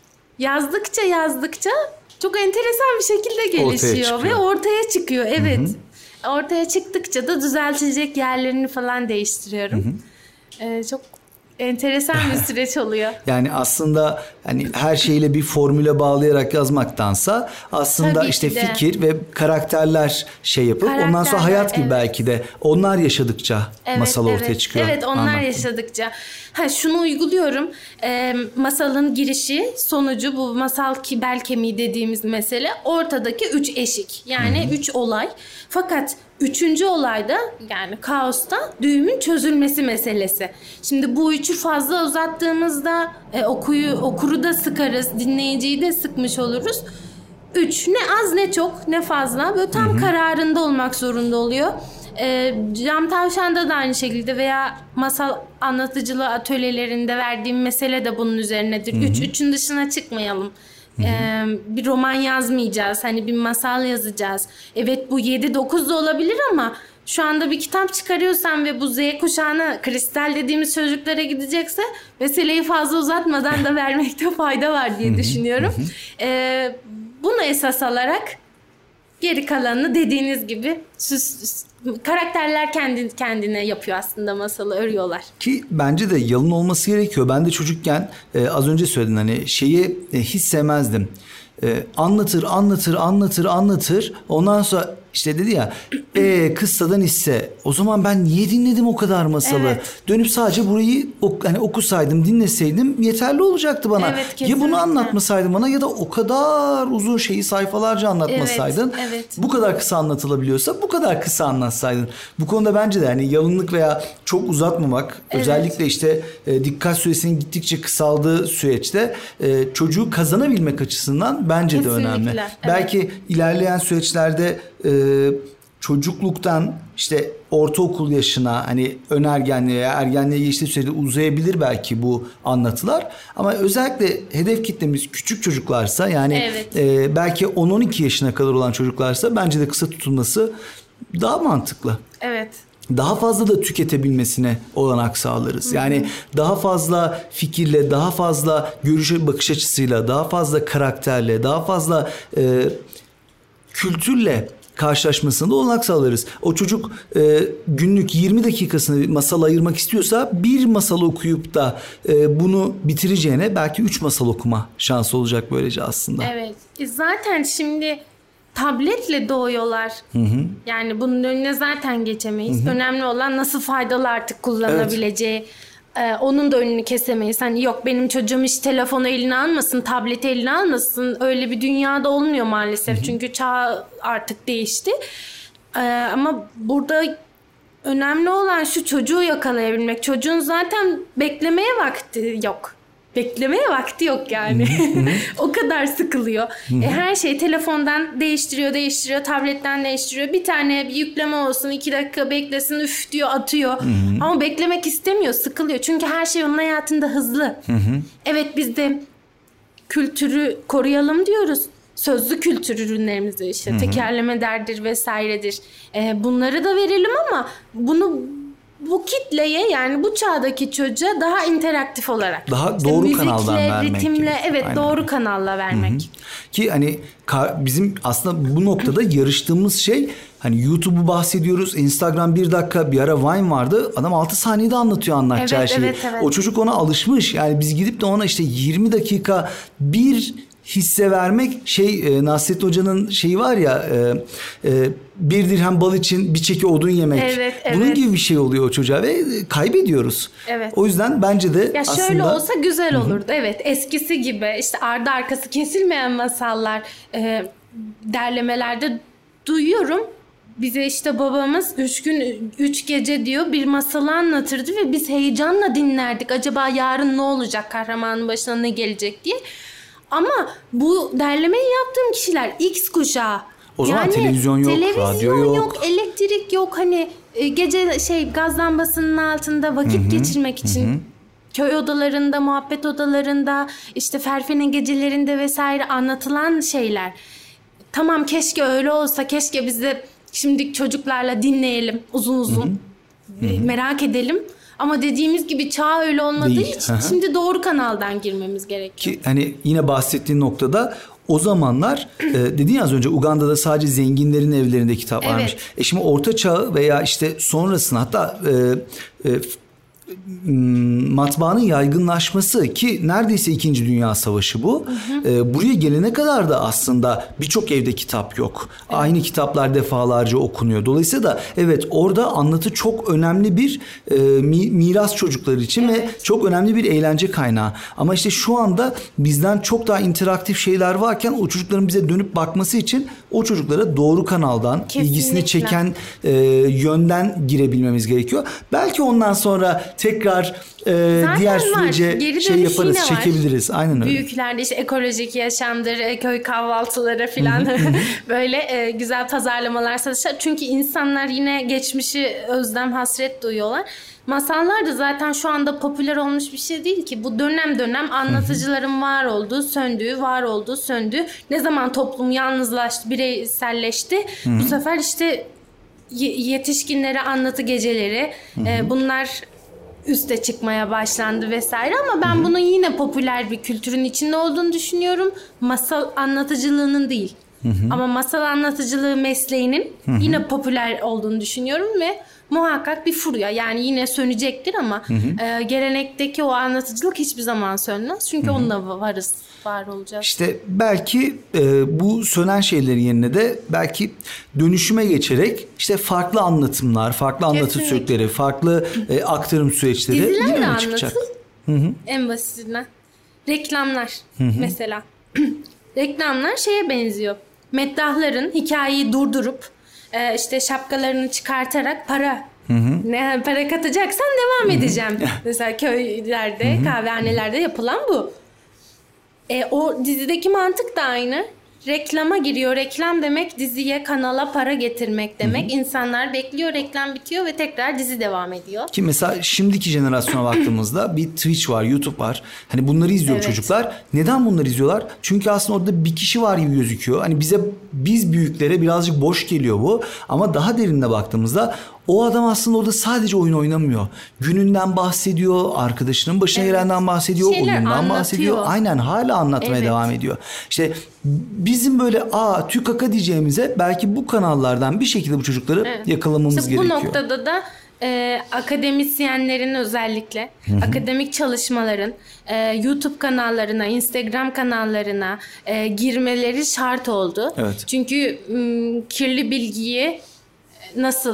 Yazdıkça yazdıkça çok enteresan bir şekilde gelişiyor ortaya ve ortaya çıkıyor. Evet. Hı hı. Ortaya çıktıkça da düzeltilecek yerlerini falan değiştiriyorum. Hı hı. Ee, çok enteresan bir süreç oluyor. Yani aslında hani her şeyle bir formüle bağlayarak yazmaktansa aslında Tabii işte fikir ve karakterler şey yapıp karakterler, ondan sonra hayat gibi evet. belki de onlar yaşadıkça evet, masal evet. ortaya çıkıyor. Evet onlar Anlattım. yaşadıkça. Ha şunu uyguluyorum. E, masalın girişi, sonucu bu masal ki bel kemiği dediğimiz mesele ortadaki üç eşik. Yani Hı-hı. üç olay. Fakat üçüncü olayda yani kaosta düğümün çözülmesi meselesi. Şimdi bu üçü fazla uzattığımızda e, okuyu okuru da sıkarız, dinleyiciyi de sıkmış oluruz. Üç ne az ne çok ne fazla böyle tam Hı-hı. kararında olmak zorunda oluyor. E, Cam Tavşan'da da aynı şekilde veya masal anlatıcılığı atölyelerinde verdiğim mesele de bunun üzerinedir. Hı-hı. Üç, üçün dışına çıkmayalım. Ee, bir roman yazmayacağız. Hani bir masal yazacağız. Evet bu yedi dokuz da olabilir ama şu anda bir kitap çıkarıyorsam ve bu Z kuşağına kristal dediğimiz çocuklara gidecekse meseleyi fazla uzatmadan da vermekte fayda var diye düşünüyorum. Ee, bunu esas alarak geri kalanını dediğiniz gibi süs, karakterler kendi kendine yapıyor aslında masalı örüyorlar. Ki bence de yalın olması gerekiyor. Ben de çocukken e, az önce söyledim hani şeyi e, hiç sevmezdim. E, anlatır anlatır anlatır anlatır ondan sonra işte dedi ya e, kıssadan hisse. O zaman ben niye dinledim o kadar masalı? Evet. Dönüp sadece burayı ok, hani okusaydım, dinleseydim yeterli olacaktı bana. Evet, ya kesinlikle. bunu anlatmasaydın bana ya da o kadar uzun şeyi sayfalarca anlatmasaydın. Evet, evet. Bu kadar kısa anlatılabiliyorsa bu kadar kısa anlatsaydın. Bu konuda bence de yani yalınlık veya çok uzatmamak, Evet. özellikle işte e, dikkat süresinin gittikçe kısaldığı süreçte e, çocuğu kazanabilmek açısından bence de Kesinlikle, önemli. evet. Belki ilerleyen süreçlerde e, çocukluktan işte ortaokul yaşına hani önergenliğe veya ergenliğe geçtiği sürede uzayabilir belki bu anlatılar. Ama özellikle hedef kitlemiz küçük çocuklarsa yani Evet. e, belki on on iki yaşına kadar olan çocuklarsa bence de kısa tutulması daha mantıklı. Evet. Daha fazla da tüketebilmesine olanak sağlarız. Yani daha fazla fikirle, daha fazla görüş bakış açısıyla, daha fazla karakterle, daha fazla e, kültürle karşılaşmasına da olanak sağlarız. O çocuk e, günlük yirmi dakikasını masal ayırmak istiyorsa bir masal okuyup da e, bunu bitireceğine belki üç masal okuma şansı olacak böylece aslında. Evet. E zaten şimdi tabletle doğuyorlar. Hı hı. Yani bunun önüne zaten geçemeyiz. Hı hı. Önemli olan nasıl faydalı artık kullanabileceği. Evet. Ee, onun da önünü kesemeyiz. Hani yok benim çocuğum hiç telefonu eline almasın, tableti eline almasın. Öyle bir dünyada olmuyor maalesef. Hı hı. Çünkü çağ artık değişti. Ee, ama burada önemli olan şu çocuğu yakalayabilmek. Çocuğun zaten beklemeye vakti yok. Beklemeye vakti yok yani. O kadar sıkılıyor. E, her şey telefondan değiştiriyor, değiştiriyor, tabletten değiştiriyor. Bir tane bir yükleme olsun, iki dakika beklesin, üf diyor, atıyor. Ama beklemek istemiyor, sıkılıyor. Çünkü her şey onun hayatında hızlı. Evet, biz de kültürü koruyalım diyoruz. Sözlü kültür ürünlerimizi işte tekerleme derdir vesairedir. E, bunları da verelim ama bunu bu kitleye yani bu çağdaki çocuğa daha interaktif olarak. Daha işte doğru müzikle, kanaldan vermek. ritimle gibi. evet Aynen. doğru kanalla vermek. Hı-hı. Ki hani bizim aslında bu noktada yarıştığımız şey hani YouTube'u bahsediyoruz. Instagram bir dakika, bir ara Vine vardı. Adam altı saniyede anlatıyor anlatacağı evet, şeyi. Evet, evet. O çocuk ona alışmış. Yani biz gidip de ona işte yirmi dakika bir hisse vermek şey e, Nasrettin Hoca'nın şeyi var ya e, e, bir dirhem bal için bir çeki odun yemek. Evet, evet. Bunun gibi bir şey oluyor o çocuğa ve kaybediyoruz. Evet. O yüzden bence de ya aslında. şöyle olsa güzel olurdu. Hı-hı. Evet, eskisi gibi işte ardı arkası kesilmeyen masallar e, derlemelerde duyuyorum. Bize işte babamız üç gün üç gece diyor bir masalı anlatırdı ve biz heyecanla dinlerdik. Acaba yarın ne olacak, kahramanın başına ne gelecek diye. Ama bu derlemeyi yaptığım kişiler X kuşağı. O zaman yani, televizyon yok, televizyon radyo yok. yok, elektrik yok. Hani e, gece şey gaz lambasının altında vakit Hı-hı. geçirmek için Hı-hı. köy odalarında, muhabbet odalarında, işte Ferfene gecelerinde vesaire anlatılan şeyler. Tamam, keşke öyle olsa, keşke biz de şimdi çocuklarla dinleyelim uzun uzun. Hı-hı. Merak edelim. Ama dediğimiz gibi çağ öyle olmadığı Değil. için Hı-hı. şimdi doğru kanaldan girmemiz gerekiyor. Ki hani yine bahsettiğin noktada o zamanlar e, dedin ya az önce Uganda'da sadece zenginlerin evlerinde kitap evet. varmış. E şimdi Orta Çağ veya işte sonrasında hatta e, e, matbaanın yaygınlaşması ki neredeyse İkinci Dünya Savaşı bu. Hı hı. E, buraya gelene kadar da aslında birçok evde kitap yok. Evet. Aynı kitaplar defalarca okunuyor. Dolayısıyla da evet orada anlatı çok önemli bir e, miras çocuklar için evet. ve çok önemli bir eğlence kaynağı. Ama işte şu anda bizden çok daha interaktif şeyler varken o çocukların bize dönüp bakması için o çocuklara doğru kanaldan Kesinlikle. ilgisini çeken e, yönden girebilmemiz gerekiyor. Belki ondan sonra tekrar e, diğer sürece şey yaparız, çekebiliriz. Aynen öyle. Büyüklerde işte ekolojik yaşamdır, köy kahvaltıları falan böyle e, güzel pazarlamalar satışlar. Çünkü insanlar yine geçmişi özlem, hasret duyuyorlar. Masallar da zaten şu anda popüler olmuş bir şey değil ki. Bu dönem dönem anlatıcıların var olduğu, söndüğü, var olduğu, söndüğü. Ne zaman toplum yalnızlaştı, bireyselleşti. Bu sefer işte yetişkinlere anlatı geceleri, e, bunlar üste çıkmaya başlandı vesaire ama ben Hı-hı. bunun yine popüler bir kültürün içinde olduğunu düşünüyorum. Masal anlatıcılığının değil. Ama masal anlatıcılığı mesleğinin yine popüler olduğunu düşünüyorum ve muhakkak bir furya, yani yine sönecektir ama e, gelenekteki o anlatıcılık hiçbir zaman sönmez. Çünkü onunla varız, var olacağız. İşte belki e, bu sönen şeylerin yerine de belki dönüşüme geçerek işte farklı anlatımlar, farklı anlatı Kesinlikle. süreçleri, farklı e, aktarım süreçleri Diziler yine de öne çıkacak. anlatıl. En basitinden. Reklamlar mesela. Reklamlar şeye benziyor. Meddahların hikayeyi durdurup e, işte şapkalarını çıkartarak para ne para katacaksan devam edeceğim. Mesela köylerde, kahvehanelerde yapılan bu. E, o dizideki mantık da aynı. Reklama giriyor. Reklam demek diziye, kanala para getirmek demek. İnsanlar bekliyor, reklam bitiyor ve tekrar dizi devam ediyor. Ki mesela şimdiki jenerasyona baktığımızda bir Twitch var, YouTube var. Hani bunları izliyor Evet. çocuklar. Neden bunları izliyorlar? Çünkü aslında orada bir kişi var gibi gözüküyor. Hani bize, biz büyüklere birazcık boş geliyor bu. Ama daha derinine baktığımızda o adam aslında orada sadece oyun oynamıyor. Gününden bahsediyor, arkadaşının başına Evet. gelenden bahsediyor, Şeyler oyundan anlatıyor. bahsediyor. Aynen, hala anlatmaya Evet. devam ediyor. İşte bizim böyle aa tükaka diyeceğimize belki bu kanallardan bir şekilde bu çocukları Evet. yakalamamız İşte gerekiyor. bu noktada da e, akademisyenlerin özellikle akademik çalışmaların e, YouTube kanallarına, Instagram kanallarına e, girmeleri şart oldu. Evet. Çünkü m, kirli bilgiyi nasıl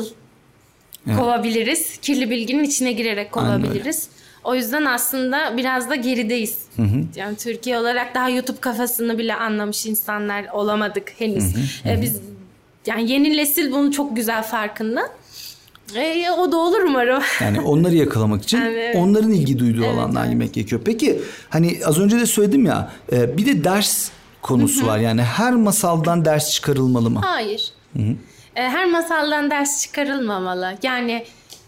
kovabiliriz? Kirli bilginin içine girerek Aynen kovabiliriz. O yüzden aslında biraz da gerideyiz. Yani Türkiye olarak daha YouTube kafasını bile anlamış insanlar olamadık henüz. E, biz yani yeni nesil bunun çok güzel farkında. E, o da olur umarım. Yani onları yakalamak için Evet. onların ilgi duyduğu Evet, alandan evet. yemek gerekiyor. Peki hani az önce de söyledim ya, e, bir de ders konusu var. Yani her masaldan ders çıkarılmalı mı? Hayır. E, her masaldan ders çıkarılmamalı. Yani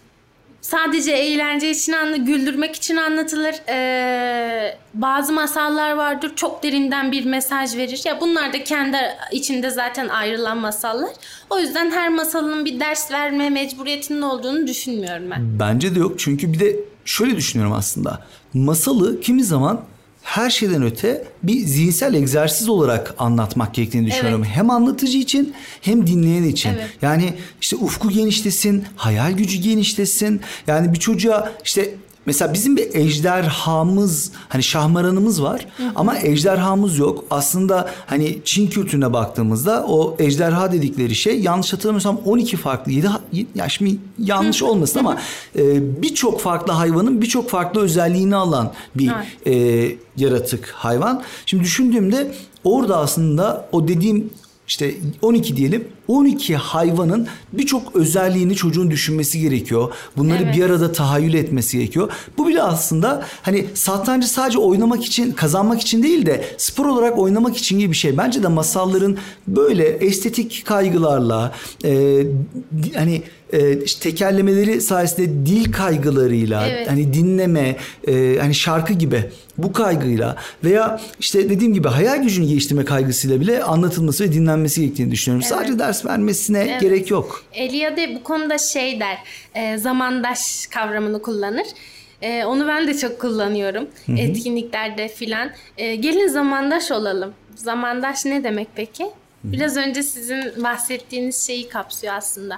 sadece eğlence için, anla, güldürmek için anlatılır. Ee, bazı masallar vardır, çok derinden bir mesaj verir. Ya bunlar da kendi içinde zaten ayrılan masallar. O yüzden her masalın bir ders verme mecburiyetinin olduğunu düşünmüyorum ben. Bence de yok. Çünkü bir de şöyle düşünüyorum aslında. Masalı kimi zaman her şeyden öte bir zihinsel egzersiz olarak anlatmak gerektiğini düşünüyorum. Evet. Hem anlatıcı için hem dinleyen için. Evet. Yani işte ufku genişlesin, hayal gücü genişlesin. Yani bir çocuğa işte mesela bizim bir ejderhamız, hani şahmaranımız var, hı hı. ama ejderhamız yok. Aslında hani Çin kültürüne baktığımızda o ejderha dedikleri şey, yanlış hatırlamıyorsam on iki farklı, yedi, ya şimdi yanlış olmasın ama e, birçok farklı hayvanın birçok farklı özelliğini alan bir e, yaratık hayvan. Şimdi düşündüğümde orada aslında o dediğim İşte on iki diyelim. on iki hayvanın birçok özelliğini çocuğun düşünmesi gerekiyor. Bunları Evet. bir arada tahayyül etmesi gerekiyor. Bu bile aslında hani satrancı sadece oynamak için, kazanmak için değil de spor olarak oynamak için gibi bir şey. Bence de masalların böyle estetik kaygılarla e, hani e, işte tekerlemeleri sayesinde dil kaygılarıyla, Evet. hani dinleme, e, hani şarkı gibi bu kaygıyla veya işte dediğim gibi hayal gücünü geliştirme kaygısıyla bile anlatılması ve dinlenmesi gerektiğini düşünüyorum. Evet. Sadece ders vermesine Evet. gerek yok. Eliade bu konuda şey der, e, zamandaş kavramını kullanır. E, onu ben de çok kullanıyorum. Hı-hı. Etkinliklerde filan. E, gelin zamandaş olalım. Zamandaş ne demek peki? Hı-hı. Biraz önce sizin bahsettiğiniz şeyi kapsıyor aslında.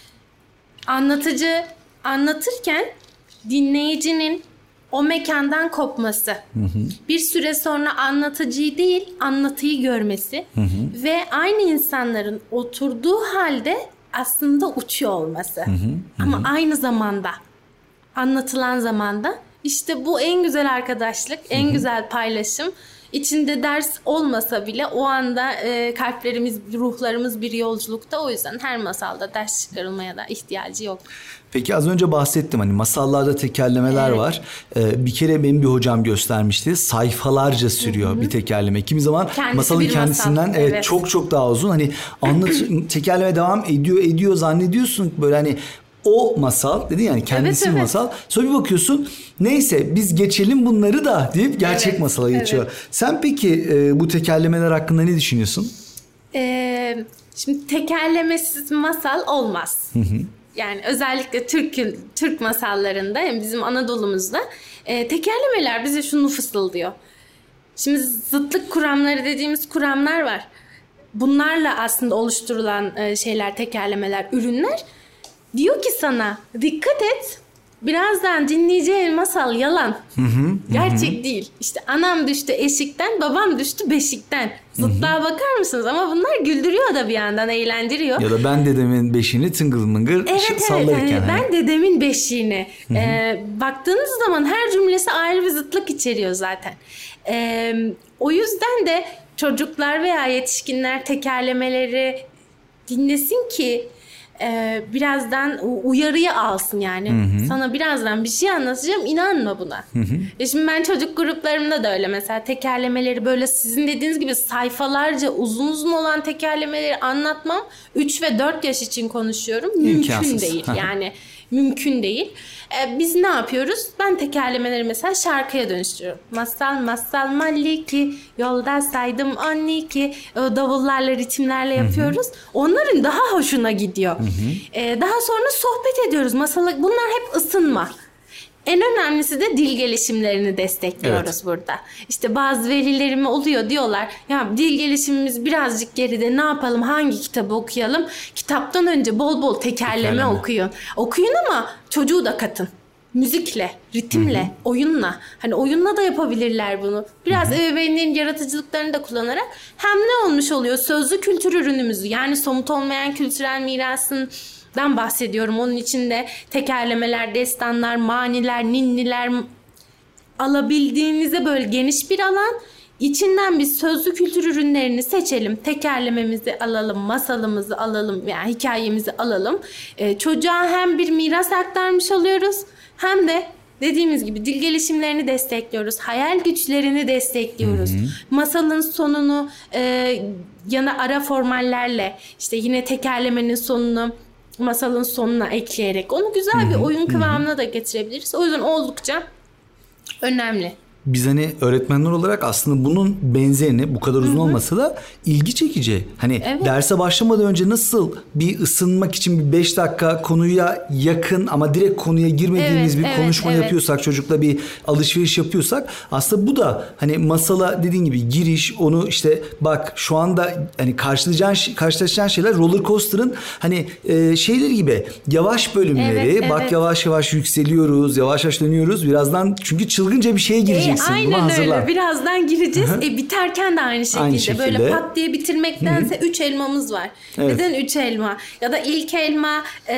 Anlatıcı anlatırken dinleyicinin o mekandan kopması, hı hı. bir süre sonra anlatıcıyı değil anlatıyı görmesi, hı hı. ve aynı insanların oturduğu halde aslında uçuyor olması. Hı hı. Hı. Ama aynı zamanda, anlatılan zamanda, işte bu en güzel arkadaşlık, en hı hı. güzel paylaşım. İçinde ders olmasa bile o anda e, kalplerimiz, ruhlarımız bir yolculukta. O yüzden her masalda ders çıkarılmaya da ihtiyacı yok. Peki az önce bahsettim, hani masallarda tekerlemeler evet. var. Ee, bir kere benim bir hocam göstermişti. Sayfalarca sürüyor, hı hı. bir tekerleme. Kimi zaman Kendisi masalın kendisinden masal. evet, evet. çok çok daha uzun. Hani anlat tekerleme devam ediyor ediyor zannediyorsun böyle hani o masal dedi yani kendisi evet, evet. masal. Sonra bir bakıyorsun neyse biz geçelim bunları da deyip gerçek evet, masala geçiyor. Evet. Sen peki e, bu tekerlemeler hakkında ne düşünüyorsun? Ee, şimdi tekerlemesiz masal olmaz. Hı hı. Yani özellikle Türk Türk masallarında, yani bizim Anadolu'muzda e, tekerlemeler bize şunu fısıldıyor. Şimdi zıtlık kuramları dediğimiz kuramlar var. bunlarla aslında oluşturulan e, şeyler, tekerlemeler, ürünler. Diyor ki sana dikkat et. Birazdan dinleyeceğin masal yalan. Hı hı, Gerçek hı. değil. İşte anam düştü eşikten, babam düştü beşikten. Zıtlığa bakar mısınız? Ama bunlar güldürüyor da bir yandan, eğlendiriyor. Ya da ben dedemin beşiğini tıngıl mıngır evet, evet, sallarken. hani ben dedemin beşiğini. Ee, baktığınız zaman her cümlesi ayrı bir zıtlık içeriyor zaten. Ee, o yüzden de çocuklar veya yetişkinler tekerlemeleri dinlesin ki Ee, birazdan uyarıyı alsın yani. Hı hı. Sana birazdan bir şey anlatacağım, inanma buna. Hı hı. E şimdi ben çocuk gruplarımda da öyle mesela tekerlemeleri böyle sizin dediğiniz gibi sayfalarca uzun uzun olan tekerlemeleri anlatmam. üç ve dört yaş için konuşuyorum. İmkansız. Mümkün değil yani. Mümkün değil. Ee, biz ne yapıyoruz? Ben tekerlemeleri mesela şarkıya dönüştürüyorum. Masal masal maliki, yolda saydım on iki. Davullarla, ritimlerle yapıyoruz. Hı hı. Onların daha hoşuna gidiyor. Hı hı. Ee, daha sonra sohbet ediyoruz. Masalı, bunlar hep ısınma. En önemlisi de dil gelişimlerini destekliyoruz evet. burada. İşte bazı velilerim oluyor, diyorlar ya dil gelişimimiz birazcık geride, ne yapalım, hangi kitabı okuyalım? Kitaptan önce bol bol tekerleme, tekerleme. okuyun. Okuyun ama çocuğu da katın. Müzikle, ritimle, hı hı. oyunla. Hani oyunla da yapabilirler bunu. Biraz hı hı. ebeveynlerin yaratıcılıklarını da kullanarak. Hem ne olmuş oluyor? Sözlü kültür ürünümüzü, yani somut olmayan kültürel mirasın dan bahsediyorum. Onun içinde tekerlemeler, destanlar, maniler, ninniler, alabildiğinize böyle geniş bir alan. İçinden biz sözlü kültür ürünlerini seçelim. Tekerlememizi alalım, masalımızı alalım, yani hikayemizi alalım. Ee, çocuğa hem bir miras aktarmış oluyoruz, hem de dediğimiz gibi dil gelişimlerini destekliyoruz. Hayal güçlerini destekliyoruz. Hı hı. Masalın sonunu e, yana ara formallerle, işte yine tekerlemenin sonunu masalın sonuna ekleyerek onu güzel bir Hı-hı. oyun kıvamına Hı-hı. da getirebiliriz. O yüzden oldukça önemli. Biz hani öğretmenler olarak aslında bunun benzerini, bu kadar uzun Hı-hı. olmasa da ilgi çekici. Hani evet. derse başlamadan önce nasıl bir ısınmak için bir beş dakika konuya yakın ama direkt konuya girmediğimiz evet, bir evet, konuşma evet. yapıyorsak, çocukla bir alışveriş yapıyorsak, aslında bu da hani masala dediğin gibi giriş, onu işte bak şu anda hani karşılaşacağın, karşılaşacağın şeyler roller coaster'ın hani e, şeyleri gibi yavaş bölümleri. Evet, bak evet. yavaş yavaş yükseliyoruz, yavaş yavaş dönüyoruz. Birazdan çünkü çılgınca bir şeye girecek. E, aynen öyle. Birazdan gireceğiz. e, biterken de aynı şekilde. Aynı şekilde. Böyle pat diye bitirmektense Hı-hı. üç elmamız var. Evet. Neden üç elma? Ya da ilk elma e,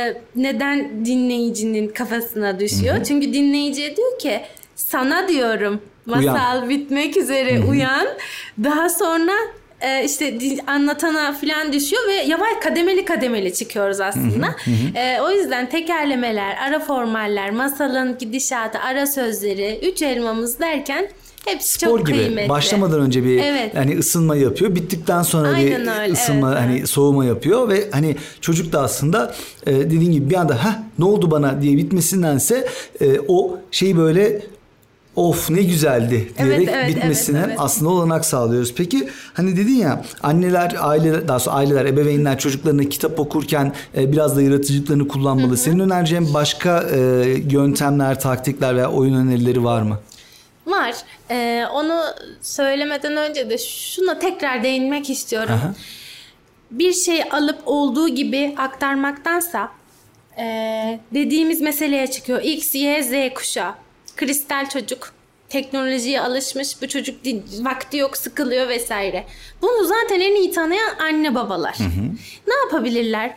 neden dinleyicinin kafasına düşüyor? Hı-hı. Çünkü dinleyiciye diyor ki sana diyorum masal uyan. bitmek üzere Hı-hı. uyan. Daha sonra Ee, işte anlatana falan düşüyor ve yavaş kademeli kademeli çıkıyoruz aslında. Hı hı. Ee, o yüzden tekerlemeler, ara formaller, masalın gidişatı, ara sözleri, üç elmamız derken hepsi Spor çok gibi. kıymetli. Başlamadan önce bir evet. yani ısınma yapıyor. Bittikten sonra Aynen bir öyle. ısınma evet, hani evet. soğuma yapıyor ve hani çocuk da aslında e, dediğin gibi bir anda ha ne oldu bana diye bitmesindense e, o şeyi böyle of ne güzeldi diyerek evet, evet, bitmesine evet, evet. aslında olanak sağlıyoruz. Peki hani dedin ya anneler, aileler, daha sonra aileler, ebeveynler çocuklarına kitap okurken e, biraz da yaratıcılıklarını kullanmalı. Hı hı. Senin önereceğin başka e, yöntemler, taktikler veya oyun önerileri var mı? Var. Ee, onu söylemeden önce de şuna tekrar değinmek istiyorum. Aha. Bir şey alıp olduğu gibi aktarmaktansa e, dediğimiz meseleye çıkıyor. X, Y, Z kuşağı. Kristal çocuk, teknolojiye alışmış, bu çocuk vakti yok, sıkılıyor vesaire. Bunu zaten en iyi tanıyan anne babalar. Hı hı. Ne yapabilirler?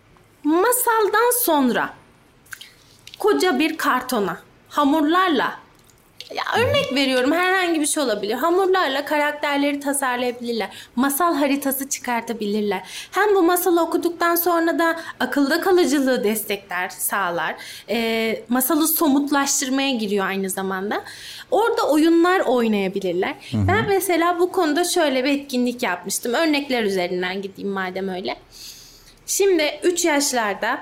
Masaldan sonra koca bir kartona hamurlarla, ya örnek veriyorum, herhangi bir şey olabilir. Hamurlarla karakterleri tasarlayabilirler. Masal haritası çıkartabilirler. Hem bu masalı okuduktan sonra da akılda kalıcılığı destekler, sağlar. E, masalı somutlaştırmaya giriyor aynı zamanda. Orada oyunlar oynayabilirler. Hı hı. Ben mesela bu konuda şöyle bir etkinlik yapmıştım. Örnekler üzerinden gideyim madem öyle. Şimdi üç yaşlarda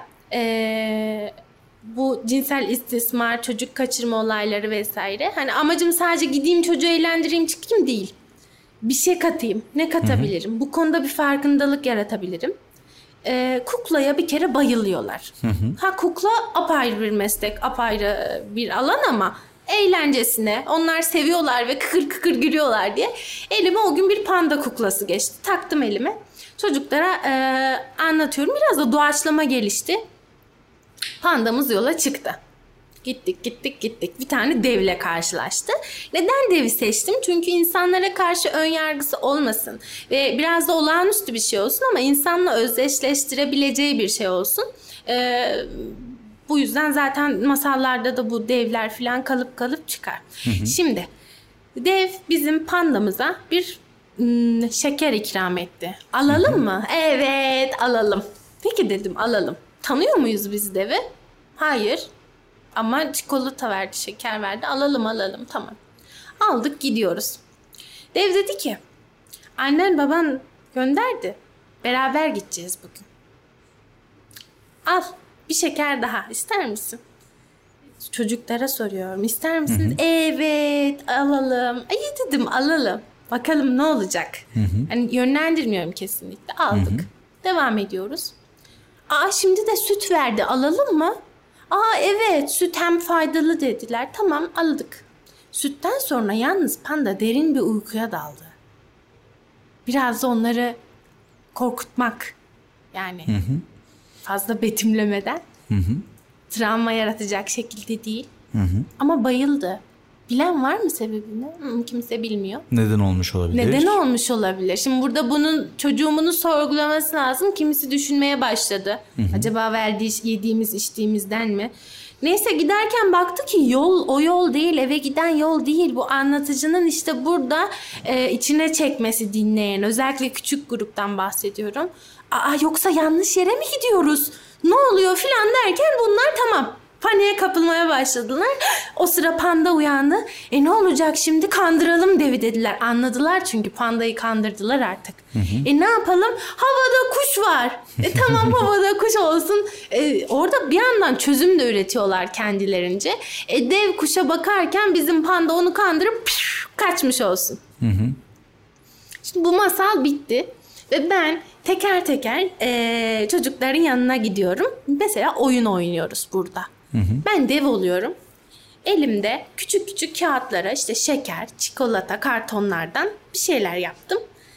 eee bu cinsel istismar, çocuk kaçırma olayları vesaire. Hani amacım sadece gideyim çocuğu eğlendireyim çıkayım değil. Bir şey katayım. Ne katabilirim? Hı hı. Bu konuda bir farkındalık yaratabilirim. Ee, kuklaya bir kere bayılıyorlar. Hı hı. Ha kukla apayrı bir meslek, apayrı bir alan ama eğlencesine, onlar seviyorlar ve kıkır kıkır gülüyorlar diye elime o gün bir panda kuklası geçti. Taktım elime. Çocuklara e, anlatıyorum. Biraz da doğaçlama gelişti. Pandamız yola çıktı. Gittik gittik gittik. Bir tane devle karşılaştı. Neden devi seçtim? Çünkü insanlara karşı ön yargısı olmasın. Ve biraz da olağanüstü bir şey olsun ama insanla özdeşleştirebileceği bir şey olsun. Ee, bu yüzden zaten masallarda da bu devler falan kalıp kalıp çıkar. Hı hı. Şimdi dev bizim pandamıza bir ım, şeker ikram etti. Alalım hı hı. mı? Evet alalım. Peki dedim alalım. Tanıyor muyuz biz devi? Hayır. Ama çikolata verdi, şeker verdi. Alalım alalım tamam. Aldık gidiyoruz. Dev dedi ki annen baban gönderdi. Beraber gideceğiz bugün. Al bir şeker daha ister misin? Çocuklara soruyorum ister misiniz? Hı hı. Evet alalım. İyi dedim alalım. Bakalım ne olacak? Hı hı. Hani yönlendirmiyorum kesinlikle. Aldık. Hı hı. Devam ediyoruz. Aa şimdi de süt verdi alalım mı? Aa evet süt hem faydalı dediler. Tamam aldık. Sütten sonra yalnız panda derin bir uykuya daldı. Biraz da onları korkutmak. Yani hı hı. fazla betimlemeden. Hı hı. Travma yaratacak şekilde değil. Hı hı. Ama bayıldı. Bilen var mı sebebini? Hmm, kimse bilmiyor. Neden olmuş olabilir? Neden olmuş olabilir? Şimdi burada bunun çocuğumun sorgulaması lazım. Kimisi düşünmeye başladı. Hı hı. Acaba verdiği, yediğimiz, içtiğimizden mi? Neyse giderken baktı ki yol o yol değil, eve giden yol değil. Bu anlatıcının işte burada e, içine çekmesi dinleyen, özellikle küçük gruptan bahsediyorum. Aa yoksa yanlış yere mi gidiyoruz? Ne oluyor filan derken bunlar tamam. Paniğe kapılmaya başladılar. O sıra panda uyandı. E ne olacak şimdi kandıralım devi dediler. Anladılar çünkü pandayı kandırdılar artık. Hı hı. E ne yapalım? Havada kuş var. E tamam havada kuş olsun. E, orada bir yandan çözüm de üretiyorlar kendilerince. E dev kuşa bakarken bizim panda onu kandırıp püf, kaçmış olsun. Hı hı. Şimdi bu masal bitti. Ve ben teker teker e, çocukların yanına gidiyorum. Mesela oyun oynuyoruz burada. Hı hı. Ben dev oluyorum. Elimde küçük küçük kağıtlara işte şeker, çikolata, kartonlardan bir şeyler yaptım.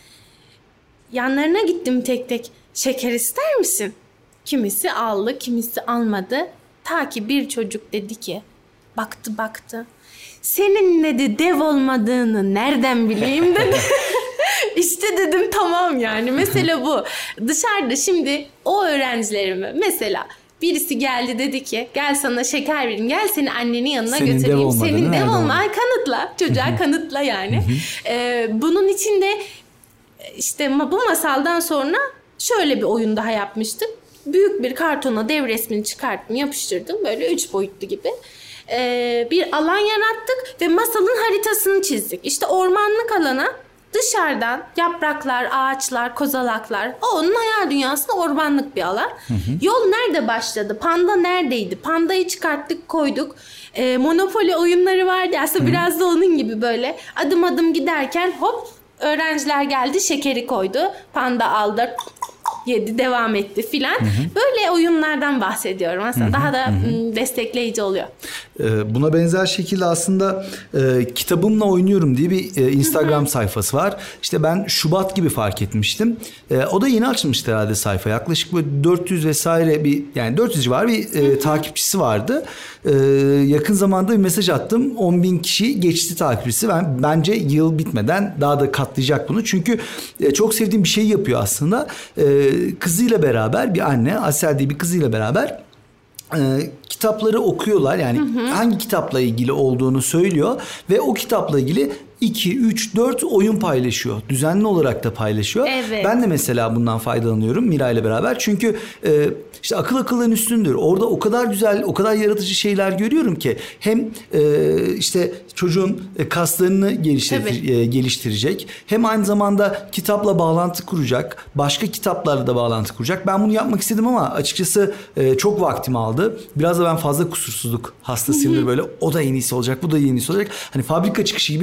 Yanlarına gittim tek tek. Şeker ister misin? Kimisi aldı, kimisi almadı. Ta ki bir çocuk dedi ki, baktı baktı. Senin dedi dev olmadığını nereden bileyim dedi. İşte dedim tamam yani mesele bu. Dışarıda şimdi o öğrencilerime mesela birisi geldi dedi ki gel sana şeker vereyim, gel seni annenin yanına senin götüreyim. Dev Senin dev olma. Ay kanıtla çocuğa kanıtla yani. ee, bunun için de işte bu masaldan sonra şöyle bir oyun daha yapmıştık. Büyük bir kartona dev resmini çıkarttım, yapıştırdım böyle üç boyutlu gibi. Ee, bir alan yarattık ve masalın haritasını çizdik. İşte ormanlık alana dışarıdan yapraklar, ağaçlar, kozalaklar, o onun hayal dünyasında ormanlık bir alan. Hı hı. Yol nerede başladı? Panda neredeydi? Pandayı çıkarttık, koyduk. Ee, Monopoly oyunları vardı. Aslında hı. biraz da onun gibi böyle adım adım giderken hop öğrenciler geldi, şekeri koydu. Panda aldı, yedi, devam etti filan. Böyle oyunlardan bahsediyorum aslında. Hı hı, daha da hı. destekleyici oluyor. Ee, buna benzer şekilde aslında e, kitabımla oynuyorum diye bir e, Instagram hı hı. sayfası var. İşte ben Şubat gibi fark etmiştim. E, o da yeni açılmıştı herhalde sayfa. Yaklaşık böyle dört yüz vesaire bir yani dört yüz civarı bir e, takipçisi vardı. E, yakın zamanda bir mesaj attım. on bin kişi geçti takipçisi. Ben bence yıl bitmeden daha da katlayacak bunu. Çünkü e, çok sevdiğim bir şey yapıyor aslında. E, kızıyla beraber bir anne Asel diye bir kızıyla beraber e, kitapları okuyorlar. Yani hı hı. hangi kitapla ilgili olduğunu söylüyor ve o kitapla ilgili iki, üç, dört oyun paylaşıyor. Düzenli olarak da paylaşıyor. Evet. Ben de mesela bundan faydalanıyorum Mira ile beraber. Çünkü e, işte akıl akılların üstündür. Orada o kadar güzel, o kadar yaratıcı şeyler görüyorum ki hem e, işte çocuğun kaslarını geliştir, e, geliştirecek, hem aynı zamanda kitapla bağlantı kuracak, başka kitaplarla da bağlantı kuracak. Ben bunu yapmak istedim ama açıkçası e, çok vaktimi aldı. Biraz da ben fazla kusursuzluk hastasıyımdır böyle. O da en iyisi olacak, bu da en iyisi olacak. Hani fabrika çıkışı gibi ürün çıkar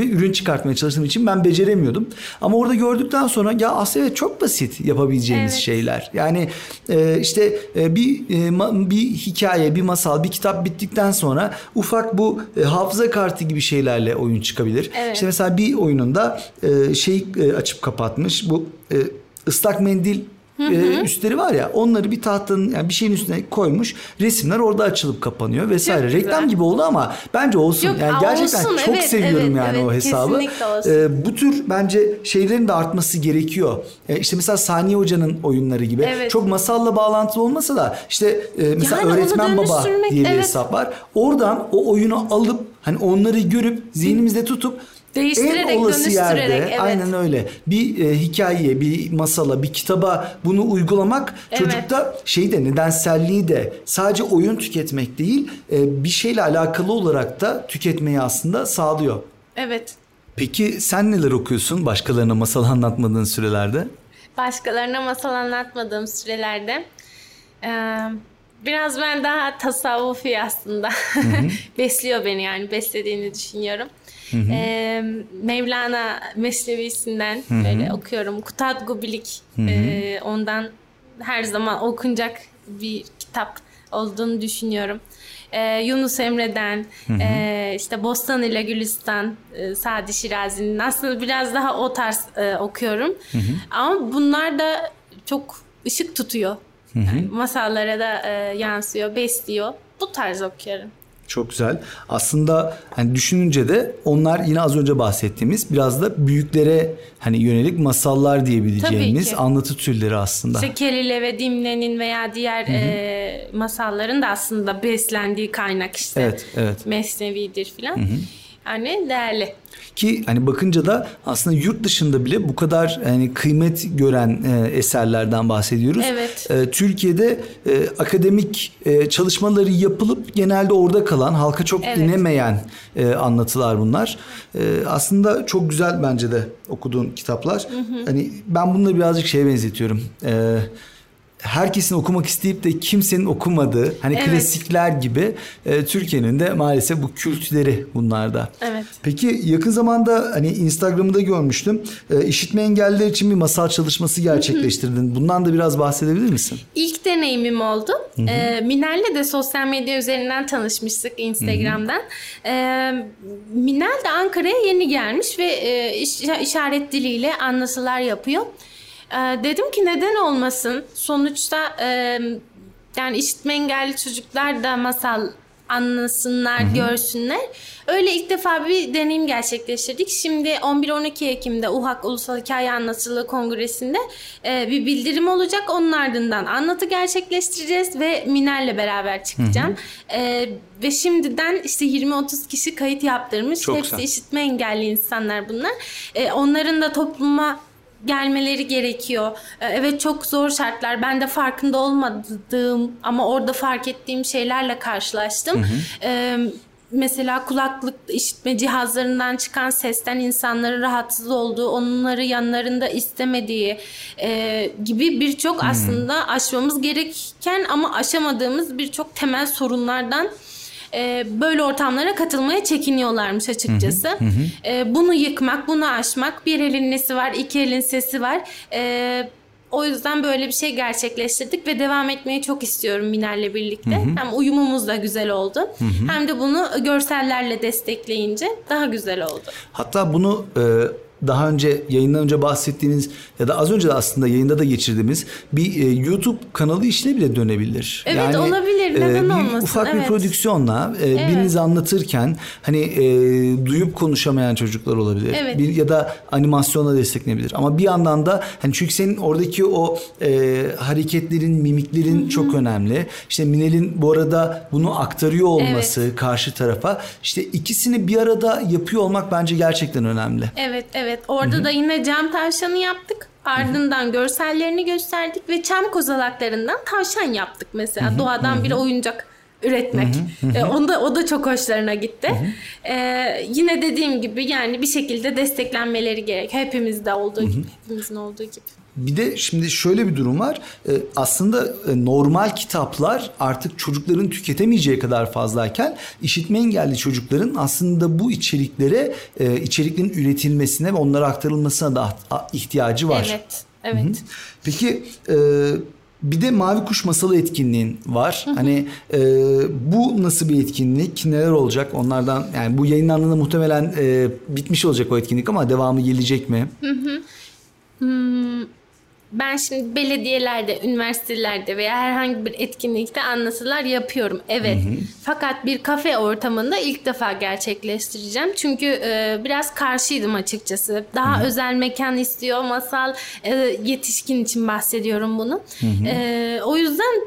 çıkartmaya çalıştığım için ben beceremiyordum. Ama orada gördükten sonra ya aslında evet çok basit yapabileceğimiz Evet. şeyler. Yani e, işte e, bir e, ma, bir hikaye, bir masal, bir kitap bittikten sonra ufak bu e, hafıza kartı gibi şeylerle oyun çıkabilir. Evet. İşte mesela bir oyununda e, şey e, açıp kapatmış. Bu e, ıslak mendil e, üstleri var ya, onları bir tahtanın yani bir şeyin üstüne koymuş. Resimler orada açılıp kapanıyor vesaire. Çok güzel. Reklam gibi oldu ama bence olsun. Yok, yani aa, gerçekten olsun. çok Evet, seviyorum evet, yani evet. o hesabı. Kesinlikle olsun. E, bu tür bence şeylerin de artması gerekiyor. E, işte mesela Saniye Hoca'nın oyunları gibi. Evet. Çok masalla bağlantılı olmasa da işte e, mesela Yani onu Öğretmen Baba dönüştürmek, diye bir evet. hesap var. Oradan o oyunu alıp hani onları görüp zihnimizde tutup Değiştirerek, en olası dönüştürerek, yerde evet. aynen öyle bir e, hikayeye, bir masala, bir kitaba bunu uygulamak Evet. çocukta şeyi de nedenselliği de sadece oyun tüketmek değil e, bir şeyle alakalı olarak da tüketmeyi aslında sağlıyor. Evet. Peki sen neler okuyorsun başkalarına masal anlatmadığın sürelerde? Başkalarına masal anlatmadığım sürelerde e, biraz ben daha tasavvufi aslında besliyor beni, yani beslediğini düşünüyorum. E, Mevlana Mesnevisinden böyle okuyorum. Kutat Gubilik, e, ondan her zaman okunacak bir kitap olduğunu düşünüyorum. Ee, Yunus Emre'den, e, işte Bostan ile Gülistan, e, Sadi Şirazi'nin aslında biraz daha o tarz e, okuyorum. Ama bunlar da çok ışık tutuyor. Yani masallara da e, yansıyor, besliyor. Bu tarz okuyorum. Çok güzel. Aslında hani düşününce de onlar yine az önce bahsettiğimiz biraz da büyüklere hani yönelik masallar diyebileceğimiz Tabii ki. anlatı türleri aslında. İşte Kelile ve Dimle'nin veya diğer e, masalların da aslında beslendiği kaynak işte. Evet, evet. Mesnevidir filan. Yani değerli. Ki hani bakınca da aslında yurt dışında bile bu kadar hani kıymet gören e, eserlerden bahsediyoruz. Evet. E, Türkiye'de e, akademik e, çalışmaları yapılıp genelde orada kalan, halka çok Evet. inemeyen e, anlatılar bunlar. E, aslında çok güzel bence de okuduğun kitaplar. Hani ben bunları birazcık şeye benzetiyorum. E, herkesin okumak isteyip de kimsenin okumadığı hani Evet. klasikler gibi e, Türkiye'nin de maalesef bu kültleri bunlarda. Evet. Peki yakın zamanda hani Instagram'da görmüştüm. E, işitme engelliler için bir masal çalışması gerçekleştirdin. Bundan da biraz bahsedebilir misin? İlk deneyimim oldu. Ee, Minel'le de sosyal medya üzerinden tanışmıştık Instagram'dan. Ee, Minel de Ankara'ya yeni gelmiş ve e, iş- işaret diliyle anlatılar yapıyor. Ee, dedim ki neden olmasın? Sonuçta e, yani işitme engelli çocuklar da masal anlasınlar, görsünler. Öyle ilk defa bir deneyim gerçekleştirdik. Şimdi on bir on iki Ekim'de UHAK Ulusal Hikaye Anlatıcılığı Kongresi'nde e, bir bildirim olacak. Onun ardından anlatı gerçekleştireceğiz ve Minel'le beraber çıkacağım. E, ve şimdiden işte yirmi otuz kişi kayıt yaptırmış. Çok Hepsi güzel. işitme engelli insanlar bunlar. E, onların da topluma gelmeleri gerekiyor. Ee, Evet, çok zor şartlar. Ben de farkında olmadığım ama orada fark ettiğim şeylerle karşılaştım. Ee, mesela kulaklık işitme cihazlarından çıkan sesten insanların rahatsız olduğu, onları yanlarında istemediği e, gibi birçok aslında aşmamız gereken ama aşamadığımız birçok temel sorunlardan e, böyle ortamlara katılmaya çekiniyorlarmış açıkçası. E, bunu yıkmak, bunu aşmak, bir elin nesi var, iki elin sesi var. E, o yüzden böyle bir şey gerçekleştirdik ve devam etmeyi çok istiyorum Minel'le birlikte. Hem uyumumuz da güzel oldu. Hem de bunu görsellerle destekleyince daha güzel oldu. Hatta bunu e, daha önce yayından önce bahsettiğiniz ya da az önce de aslında yayında da geçirdiğimiz bir e, YouTube kanalı işine bile dönebilir. Evet, olabilir. Neden bir olmasın? Ufak bir Evet. prodüksiyonla e, biriniz anlatırken hani e, duyup konuşamayan çocuklar olabilir. Evet. Bir ya da animasyonla desteklenebilir. Ama bir yandan da hani çünkü senin oradaki o e, hareketlerin, mimiklerin çok önemli. İşte Minel'in bu arada bunu aktarıyor olması karşı tarafa, işte ikisini bir arada yapıyor olmak bence gerçekten önemli. Evet, evet. Orada da yine cam tavşanı yaptık. Ardından görsellerini gösterdik ve çam kozalaklarından tavşan yaptık mesela. Doğadan bir oyuncak üretmek. Ee, onda o da çok hoşlarına gitti. Ee, yine dediğim gibi yani bir şekilde desteklenmeleri gerek. Hepimizde olduğu gibi, hepimizin olduğu gibi. bir de şimdi şöyle bir durum var. Ee, aslında e, normal kitaplar artık çocukların tüketemeyeceği kadar fazlayken işitme engelli çocukların aslında bu içeriklere, e, içeriklerin üretilmesine ve onlara aktarılmasına da ihtiyacı var. Evet, evet. Hı-hı. Peki e, bir de Mavi Kuş Masalı etkinliğin var. Hı hı. Hani e, bu nasıl bir etkinlik? Neler olacak? Onlardan yani bu yayınlandığında muhtemelen e, bitmiş olacak o etkinlik ama devamı gelecek mi? Hı hı. Hmm, ben şimdi belediyelerde, üniversitelerde veya herhangi bir etkinlikte anlatılar yapıyorum. Evet. Hı hı. Fakat bir kafe ortamında ilk defa gerçekleştireceğim. Çünkü e, biraz karşıydım açıkçası. Daha hı hı. özel mekan istiyor. Masal e, yetişkin için bahsediyorum bunu. Hı hı. E, o yüzden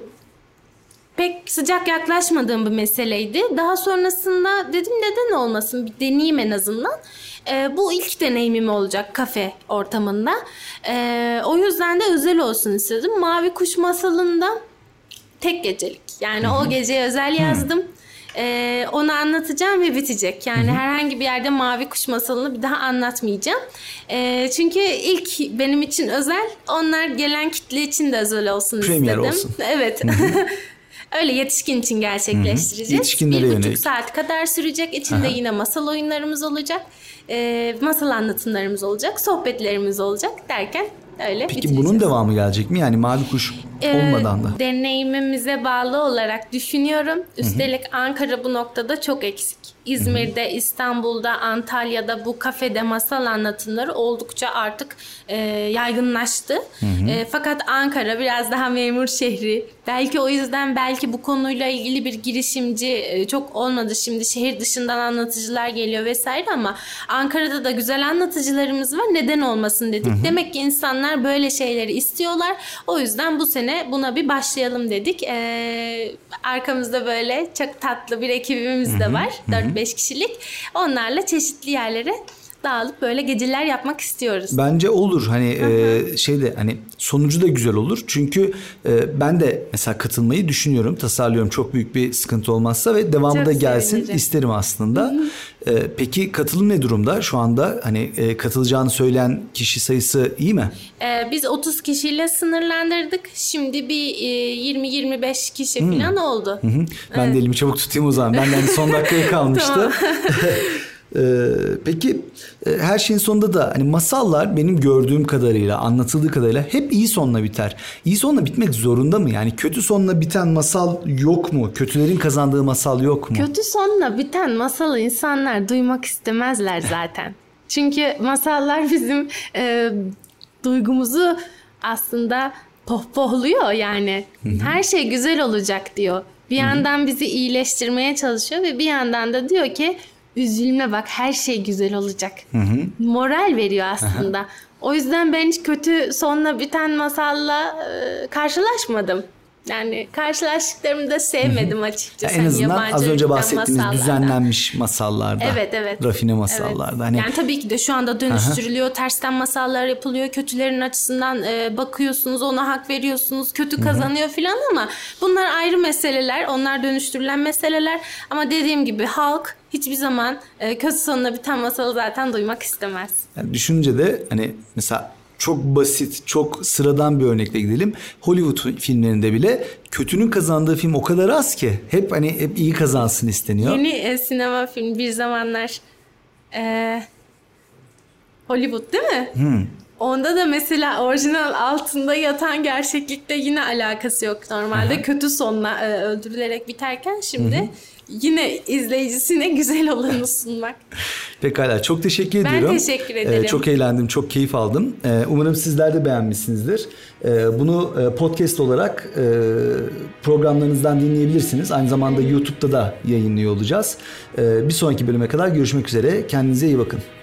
pek sıcak yaklaşmadığım bir meseleydi. Daha sonrasında dedim neden olmasın, bir deneyeyim en azından. E, bu ilk deneyimim olacak kafe ortamında. E, o yüzden de özel olsun istedim. Mavi Kuş Masalı'nda tek gecelik. Yani Hı-hı. o geceye özel yazdım. Hı-hı. E, onu anlatacağım ve bitecek. Yani Hı-hı. herhangi bir yerde Mavi Kuş Masalı'nı bir daha anlatmayacağım. E, çünkü ilk benim için özel. Onlar gelen kitle için de özel olsun Premier istedim. Olsun. Evet. Öyle yetişkin için gerçekleştireceğiz. Yetişkinlere bir yönelik. buçuk saat kadar sürecek. İçinde Aha. yine masal oyunlarımız olacak. E, masal anlatımlarımız olacak. Sohbetlerimiz olacak derken öyle Peki bitireceğiz. bunun devamı gelecek mi? Yani Mavi Kuş e, olmadan da. Deneyimimize bağlı olarak düşünüyorum. Üstelik Hı-hı. Ankara bu noktada çok eksik. İzmir'de, Hı-hı. İstanbul'da, Antalya'da bu kafede masal anlatımları oldukça artık e, yaygınlaştı. E, fakat Ankara biraz daha memur şehri. Belki o yüzden belki bu konuyla ilgili bir girişimci e, çok olmadı. Şimdi şehir dışından anlatıcılar geliyor vesaire ama Ankara'da da güzel anlatıcılarımız var. Neden olmasın dedik. Hı-hı. Demek ki insanlar böyle şeyleri istiyorlar. O yüzden bu sene buna bir başlayalım dedik. E, arkamızda böyle çok tatlı bir ekibimiz Hı-hı. de var. dört beş kişilik. Onlarla çeşitli yerlere dağılıp böyle geceler yapmak istiyoruz. Bence olur. Hani e, şeyde hani sonucu da güzel olur. Çünkü e, ben de mesela katılmayı düşünüyorum. Tasarlıyorum çok büyük bir sıkıntı olmazsa ve devamı çok da gelsin sevinirim. isterim aslında. E, peki katılım ne durumda? Şu anda hani e, katılacağını söyleyen kişi sayısı iyi mi? E, biz otuz kişiyle sınırlandırdık. Şimdi bir e, yirmi yirmi beş kişi hmm. falan oldu. Hı hı. Ben evet. de elimi çabuk tutayım o zaman. Benden son dakikaya kalmıştı. Ee, peki her şeyin sonunda da hani masallar benim gördüğüm kadarıyla, anlatıldığı kadarıyla hep iyi sonla biter. İyi sonla bitmek zorunda mı? Yani kötü sonla biten masal yok mu? Kötülerin kazandığı masal yok mu? Kötü sonla biten masalı insanlar duymak istemezler zaten. Çünkü masallar bizim e, duygumuzu aslında pohpohluyor yani. Hı-hı. Her şey güzel olacak diyor. Bir Hı-hı. yandan bizi iyileştirmeye çalışıyor ve bir yandan da diyor ki üzülme bak her şey güzel olacak. Hı hı. Moral veriyor aslında. Aha. O yüzden ben hiç kötü sonla biten masalla e, karşılaşmadım. Yani karşılaştıklarımı da sevmedim hı hı. açıkçası. Ya en azından Yabancı az önce bahsettiğiniz masallarda. Düzenlenmiş masallarda. Evet evet. Rafine masallarda. Evet. Hani... Yani tabii ki de şu anda dönüştürülüyor. Aha. Tersten masallar yapılıyor. Kötülerin açısından e, bakıyorsunuz. Ona hak veriyorsunuz. Kötü kazanıyor filan ama bunlar ayrı meseleler. Onlar dönüştürülen meseleler. Ama dediğim gibi halk hiçbir zaman e, kötü sonuna biten masalı zaten duymak istemez. Yani düşününce de hani mesela çok basit, çok sıradan bir örnekle gidelim. Hollywood filmlerinde bile kötünün kazandığı film o kadar az ki. Hep hani hep iyi kazansın isteniyor. Yeni e, sinema filmi bir zamanlar e, Hollywood değil mi? Hmm. Onda da mesela orijinal altında yatan gerçeklikle yine alakası yok. Normalde Aha. kötü sonla e, öldürülerek biterken şimdi Hı-hı. yine izleyicisine güzel olanı sunmak. Pekala çok teşekkür ben ediyorum. Ben teşekkür ederim. Ee, çok eğlendim, çok keyif aldım. Ee, umarım sizler de beğenmişsinizdir. Ee, bunu e, podcast olarak e, programlarınızdan dinleyebilirsiniz. Aynı zamanda YouTube'da da yayınlıyor olacağız. Ee, bir sonraki bölüme kadar görüşmek üzere. Kendinize iyi bakın.